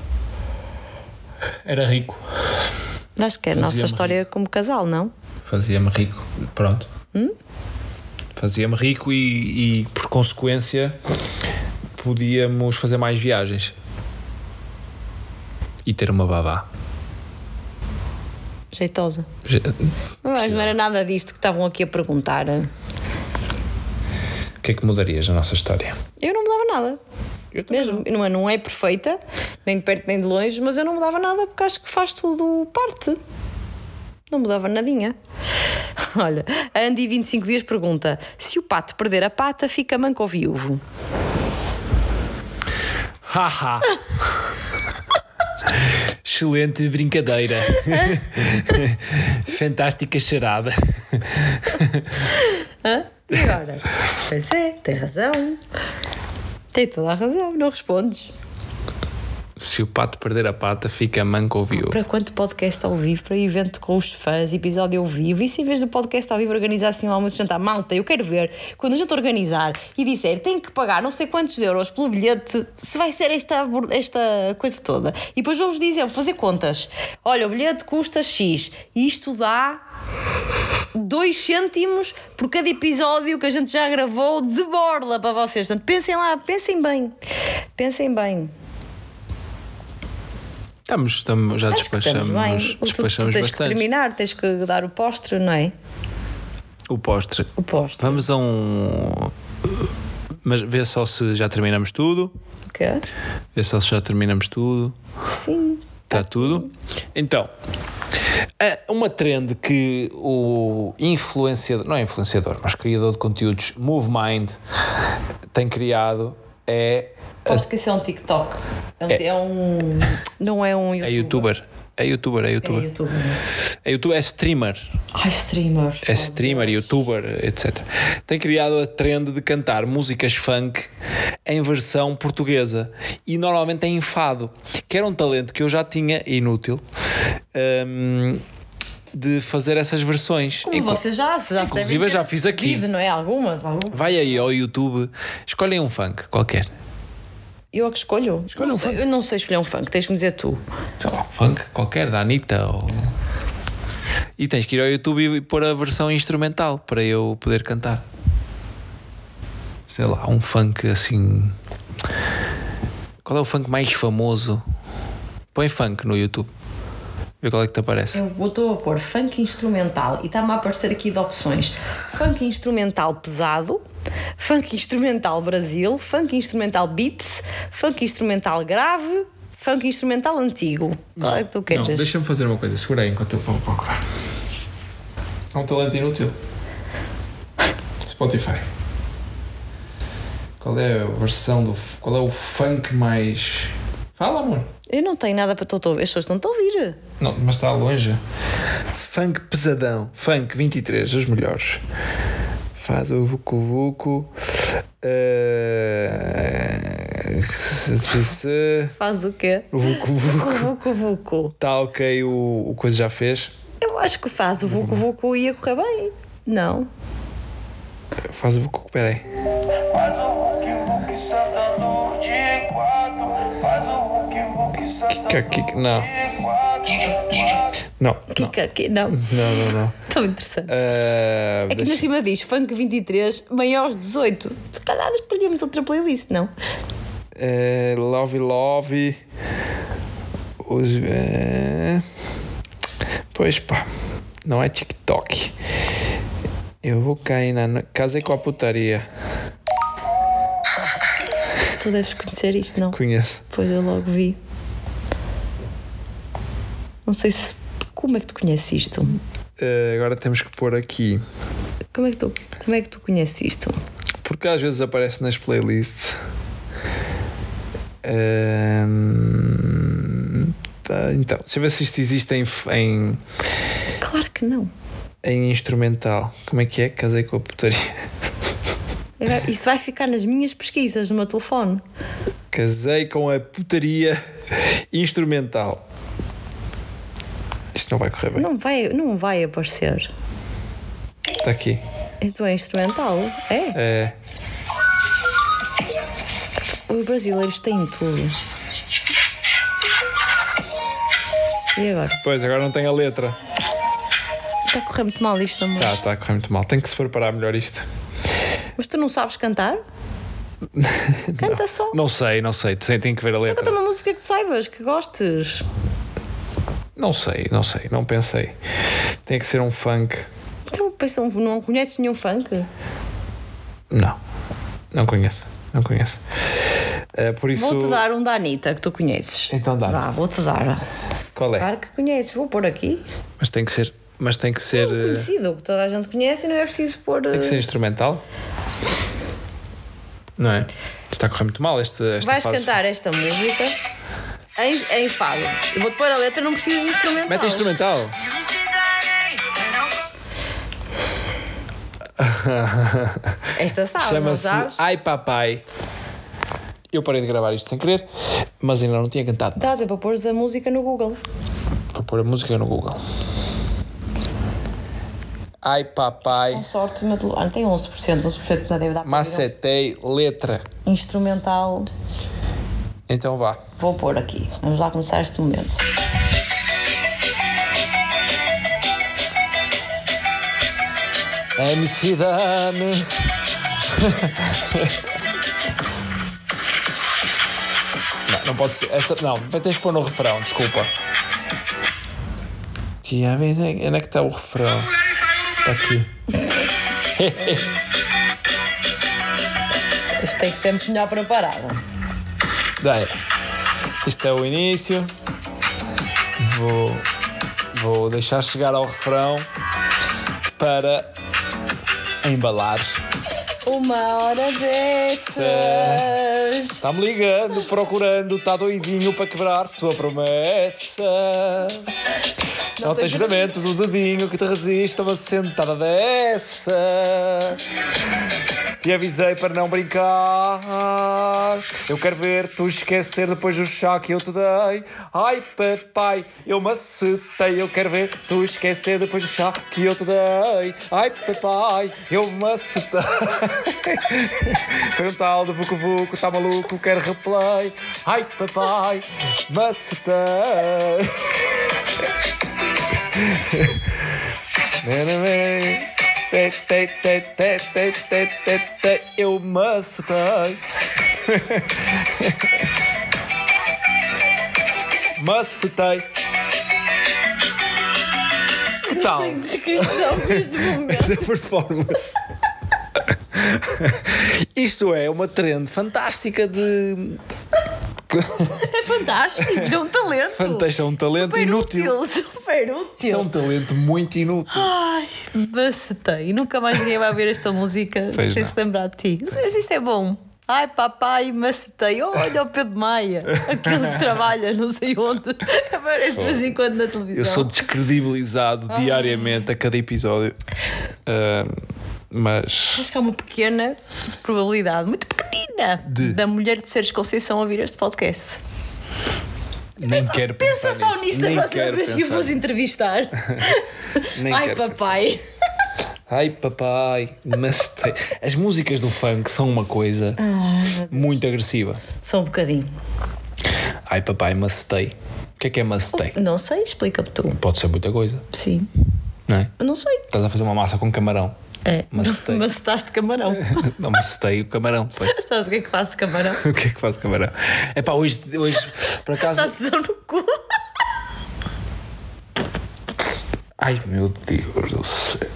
Era rico. Acho que é a nossa história rico. Como casal, não? Fazia-me rico, pronto. Fazia-me rico e por consequência podíamos fazer mais viagens e ter uma babá jeitosa. Mas não era nada disto que estavam aqui a perguntar. O que é que mudarias na nossa história? Eu não mudava nada. Eu mesmo não é perfeita, nem de perto nem de longe, mas eu não mudava nada porque acho que faz tudo parte. Não mudava nadinha. Olha, a Andy 25 dias pergunta: se o pato perder a pata, fica manco ou viúvo? Haha. Excelente brincadeira. Fantástica charada. E agora? Pois é, tem razão. Tem toda a razão, não respondes. Se o pato perder a pata, fica manco ou viúvo. Para quanto podcast ao vivo, para evento com os fãs, episódio ao vivo, e se em vez do podcast ao vivo organizar assim um almoço de jantar, malta, eu quero ver, quando a gente organizar e disser, tem que pagar não sei quantos euros pelo bilhete, se vai ser esta coisa toda. E depois vou-vos dizer, vou fazer contas. Olha, o bilhete custa X, e isto dá 2 cêntimos por cada episódio que a gente já gravou de borla para vocês. Portanto, pensem lá, pensem bem. Pensem bem. Já Acho que estamos bem. despachamos Tu tens bastante. que terminar, tens que dar o postre, não é? O postre. O postre. Vamos a um... Mas vê só se já terminamos tudo. O quê? Vê só se já terminamos tudo. Sim. Está tudo? Então, uma trend que o influenciador, não é influenciador, mas criador de conteúdos, MoveMind, tem criado é... Posso que isso é um TikTok. Não é um YouTuber. É youtuber. É YouTuber. É youtuber, é streamer. Ai, streamer. É streamer, youtuber, etc. Tem criado a trend de cantar músicas funk em versão portuguesa e normalmente em fado, que era um talento que eu já tinha, inútil, de fazer essas versões. Como você já inclusive já fiz aqui. Não é? Algumas. Vai aí ao YouTube, escolhem um funk qualquer. Eu é que escolho? Escolha um funk. Eu não sei escolher um funk, tens que me dizer tu. Sei lá, funk qualquer, da Anitta ou... E tens que ir ao YouTube e pôr a versão instrumental para eu poder cantar. Sei lá, um funk assim... Qual é o funk mais famoso? Põe funk no YouTube. Vê qual é que te aparece. Eu estou a pôr funk instrumental e está-me a aparecer aqui de opções. Funk instrumental pesado, funk instrumental Brasil, funk instrumental beats, funk instrumental grave, funk instrumental antigo. Qual é que tu queres? Não, deixa-me fazer uma coisa. Segura aí enquanto eu vou procurar. É um talento inútil. Spotify. Qual é a versão do... Qual é o funk mais... Fala, amor. Eu não tenho nada para te ouvir. As pessoas não estão a ouvir. Não, mas está longe. Funk pesadão. Funk 23, os melhores. Faz o Vucu Vucu. Faz o quê? O Vucu Vucu. O Vucu Vucu. Está ok, o coisa já fez. Eu acho que faz o Vucu Vucu ia correr bem. Não. Faz o Vucu, peraí. Faz o Vucu Vucu saltando de quatro. Faz o Vucu Vucu saltando Kika, não. Não. Kika, não. Não. Tão interessante. É que na cima diz funk 23, maiores 18. Se calhar escolhemos outra playlist, não? Love. Pois pá, não é TikTok. Eu vou cair na Casei com a Putaria. Tu deves conhecer isto, não? Conheço. Pois eu logo vi. Não sei se... Como é que tu conheces isto? Agora temos que pôr aqui. Como é que tu conheces isto? Porque às vezes aparece nas playlists. Então, deixa eu ver se isto existe em... Claro que não. Em instrumental. Como é que é? Casei com a Putaria. Isso vai ficar nas minhas pesquisas no meu telefone. Casei com a Putaria instrumental. Isto não vai correr bem. Não vai aparecer. Está aqui. Isto é instrumental? É? Os brasileiros têm tudo. E agora? Pois, agora não tem a letra. Está a correr muito mal isto, amor. Está a correr muito mal. Tem que se preparar melhor isto. Mas tu não sabes cantar? Canta só. Não sei. Tem que ver a letra. Canta uma música que tu saibas, que gostes. Não sei. Não pensei. Tem que ser um funk. Então, não conheces nenhum funk? Não conheço. Por isso... Vou-te dar um da Anitta que tu conheces. Então dá. Vá, vou-te dar. Qual é? Claro que conheces. Vou pôr aqui. Mas tem que ser... Conhecido, que toda a gente conhece e não é preciso pôr... Tem que ser instrumental? Não é? Está a correr muito mal esta Vais fase. cantar esta música em fado. Eu vou-te pôr a letra, não precisas de instrumental. Mete instrumental. Esta sabe, não Chama-se sabes? Ai Papai. Eu parei de gravar isto sem querer. Mas ainda não tinha cantado. Estás a para pôr a música no Google. Para pôr a música no Google. Ai papai, Com sorte, o meu telefone tem 11%. 11% não deve dar para macetei, letra. instrumental. Então vá. Vou pôr aqui. Vamos lá começar este momento. MC Dane. Não pode ser. Esta, não, tens que pôr no refrão, desculpa. Tia, onde é que está o refrão? Está aqui. Isto tem que ser muito melhor preparado. Daí. Isto é o início. Vou deixar chegar ao refrão para embalar. Uma hora dessas. Está-me ligando, procurando, está doidinho para quebrar sua promessa. Não tem juramento do dedinho que te resiste a uma sentada dessa. Te avisei para não brincar. Eu quero ver tu esquecer depois do chá que eu te dei. Ai papai, eu macetei. Eu quero ver tu esquecer depois do chá que eu te dei. Ai papai, eu macetei. Foi um tal de Vucu Vucu, tá maluco, quero replay. Ai papai, macetei. Eu macetei. Macetei. Que tal? Tem descrição deste momento. Esta performance. Isto é uma trend fantástica de. É fantástico, é um talento. Fantástico, é um talento super inútil. útil, super útil. É um talento muito inútil. Ai, macetei. Nunca mais ninguém vai ver esta música Pois sem não. se lembrar de ti. Não sei se isto é bom. Ai, papai, macetei. Olha o Pedro Maia, aquele que trabalha não sei onde. Aparece de vez em quando na televisão. Eu sou descredibilizado diariamente a cada episódio. Mas. Acho que há uma pequena probabilidade, muito pequenina, da mulher de Seres Conceição ouvir este podcast. Nem quero pensar Pensa só nisso. nisso a Nem próxima quero vez que o pensar fosse entrevistar. Nem Ai, quero papai. Ai papai, macetei. As músicas do funk são uma coisa muito agressiva. Só um bocadinho. Ai papai, macetei. O que é macetei? Não sei, explica-me tu. Pode ser muita coisa, Sim. não é? Eu não sei. Estás a fazer uma massa com camarão. É. Macetei. Macetaste camarão. Não, macetei o camarão. Pois. Sabes o que é que faço de camarão? O que é que faz o camarão? É pá, hoje por acaso. Está tesão no cu. Ai meu Deus do céu.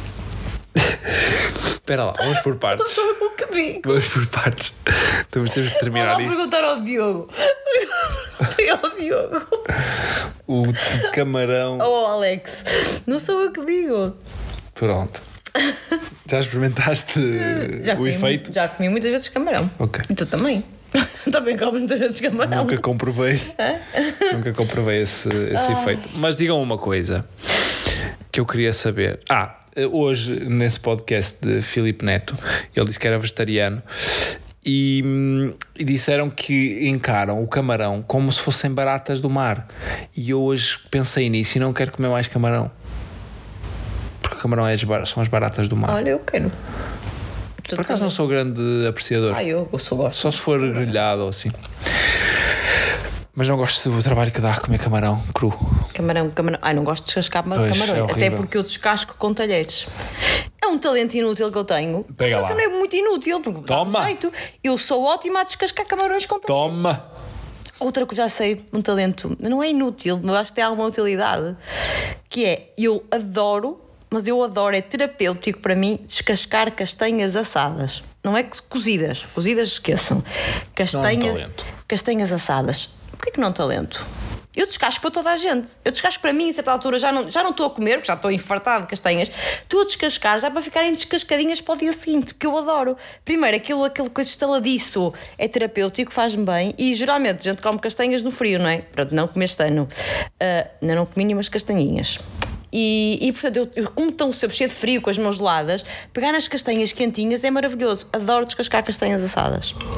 Espera lá, vamos por Não partes. sou eu que digo. Vamos por partes. Temos que Vou terminar lá isto. perguntar ao Diogo. Perguntei ao Diogo. O camarão. Ou ao Alex. Não sou eu que digo. Pronto. Já experimentaste o comi, efeito? Já comi muitas vezes camarão. Ok. E tu também. Também comes muitas vezes camarão. Nunca comprovei. Nunca comprovei esse efeito. Mas digam uma coisa que eu queria saber. Hoje, nesse podcast de Filipe Neto, ele disse que era vegetariano e disseram que encaram o camarão como se fossem baratas do mar. E eu hoje pensei nisso e não quero comer mais camarão. Porque o camarão são as baratas do mar. Olha, eu quero. Por acaso não sou grande apreciador. Eu sou gosto. Só se for grelhado ou assim. Mas não gosto do trabalho que dá a comer camarão cru. Camarão. Ai, não gosto de descascar Pois, camarões. é Até horrível. porque eu descasco com talheres. É um talento inútil que eu tenho. Pega Porque lá. não é muito inútil. Porque Toma. dá jeito. Eu sou ótima a descascar camarões com talheres. Toma! Outra que eu já sei, um talento, não é inútil, mas acho que tem alguma utilidade, que é, eu adoro, é terapêutico para mim, descascar castanhas assadas. Não é que cozidas esqueçam. não é um talento. Castanhas assadas. Porquê que não é um talento? Eu descasco para toda a gente. Eu descasco para mim, a certa altura já não estou a comer, porque já estou infartado de castanhas. Estou a descascar já para ficarem descascadinhas para o dia seguinte, porque eu adoro. Primeiro, aquele coisa estaladiço é terapêutico, faz-me bem. E geralmente a gente come castanhas no frio, não é? Pronto, não comer este ano. Ainda não comi nenhumas castanhinhas. E portanto, eu como estou sempre cheio de frio com as mãos geladas, pegar nas castanhas quentinhas é maravilhoso. Adoro descascar castanhas assadas.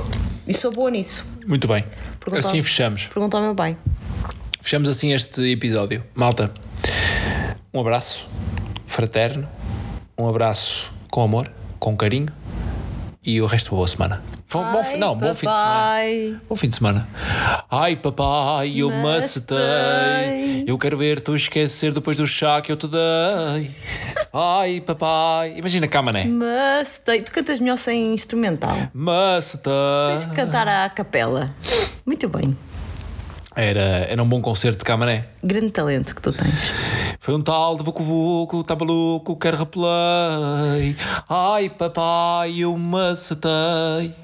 E sou boa nisso. Muito bem. Pergunta Assim ao- fechamos. Pergunta ao meu pai. Fechamos assim este episódio. Malta, um abraço fraterno, um abraço com amor, com carinho e o resto boa semana. Bom fim de semana. Bom fim de semana. Ai papai, eu macetei. Eu quero ver-te esquecer depois do chá que eu te dei. Ai papai. Imagina cá, mané. Macetei. Tu cantas melhor sem instrumental. Macetei. Tens que cantar à capela. Muito bem. Era um bom concerto de camané. Grande talento que tu tens. Foi um tal de vucu-vucu, tá maluco, quero replay. Ai papai, eu macetei.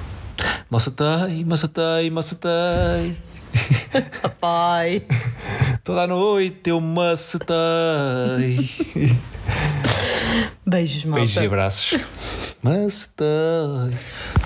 Macetei. Papai. Toda a noite eu macetei. Beijos, malta. Beijos e abraços. Macetei.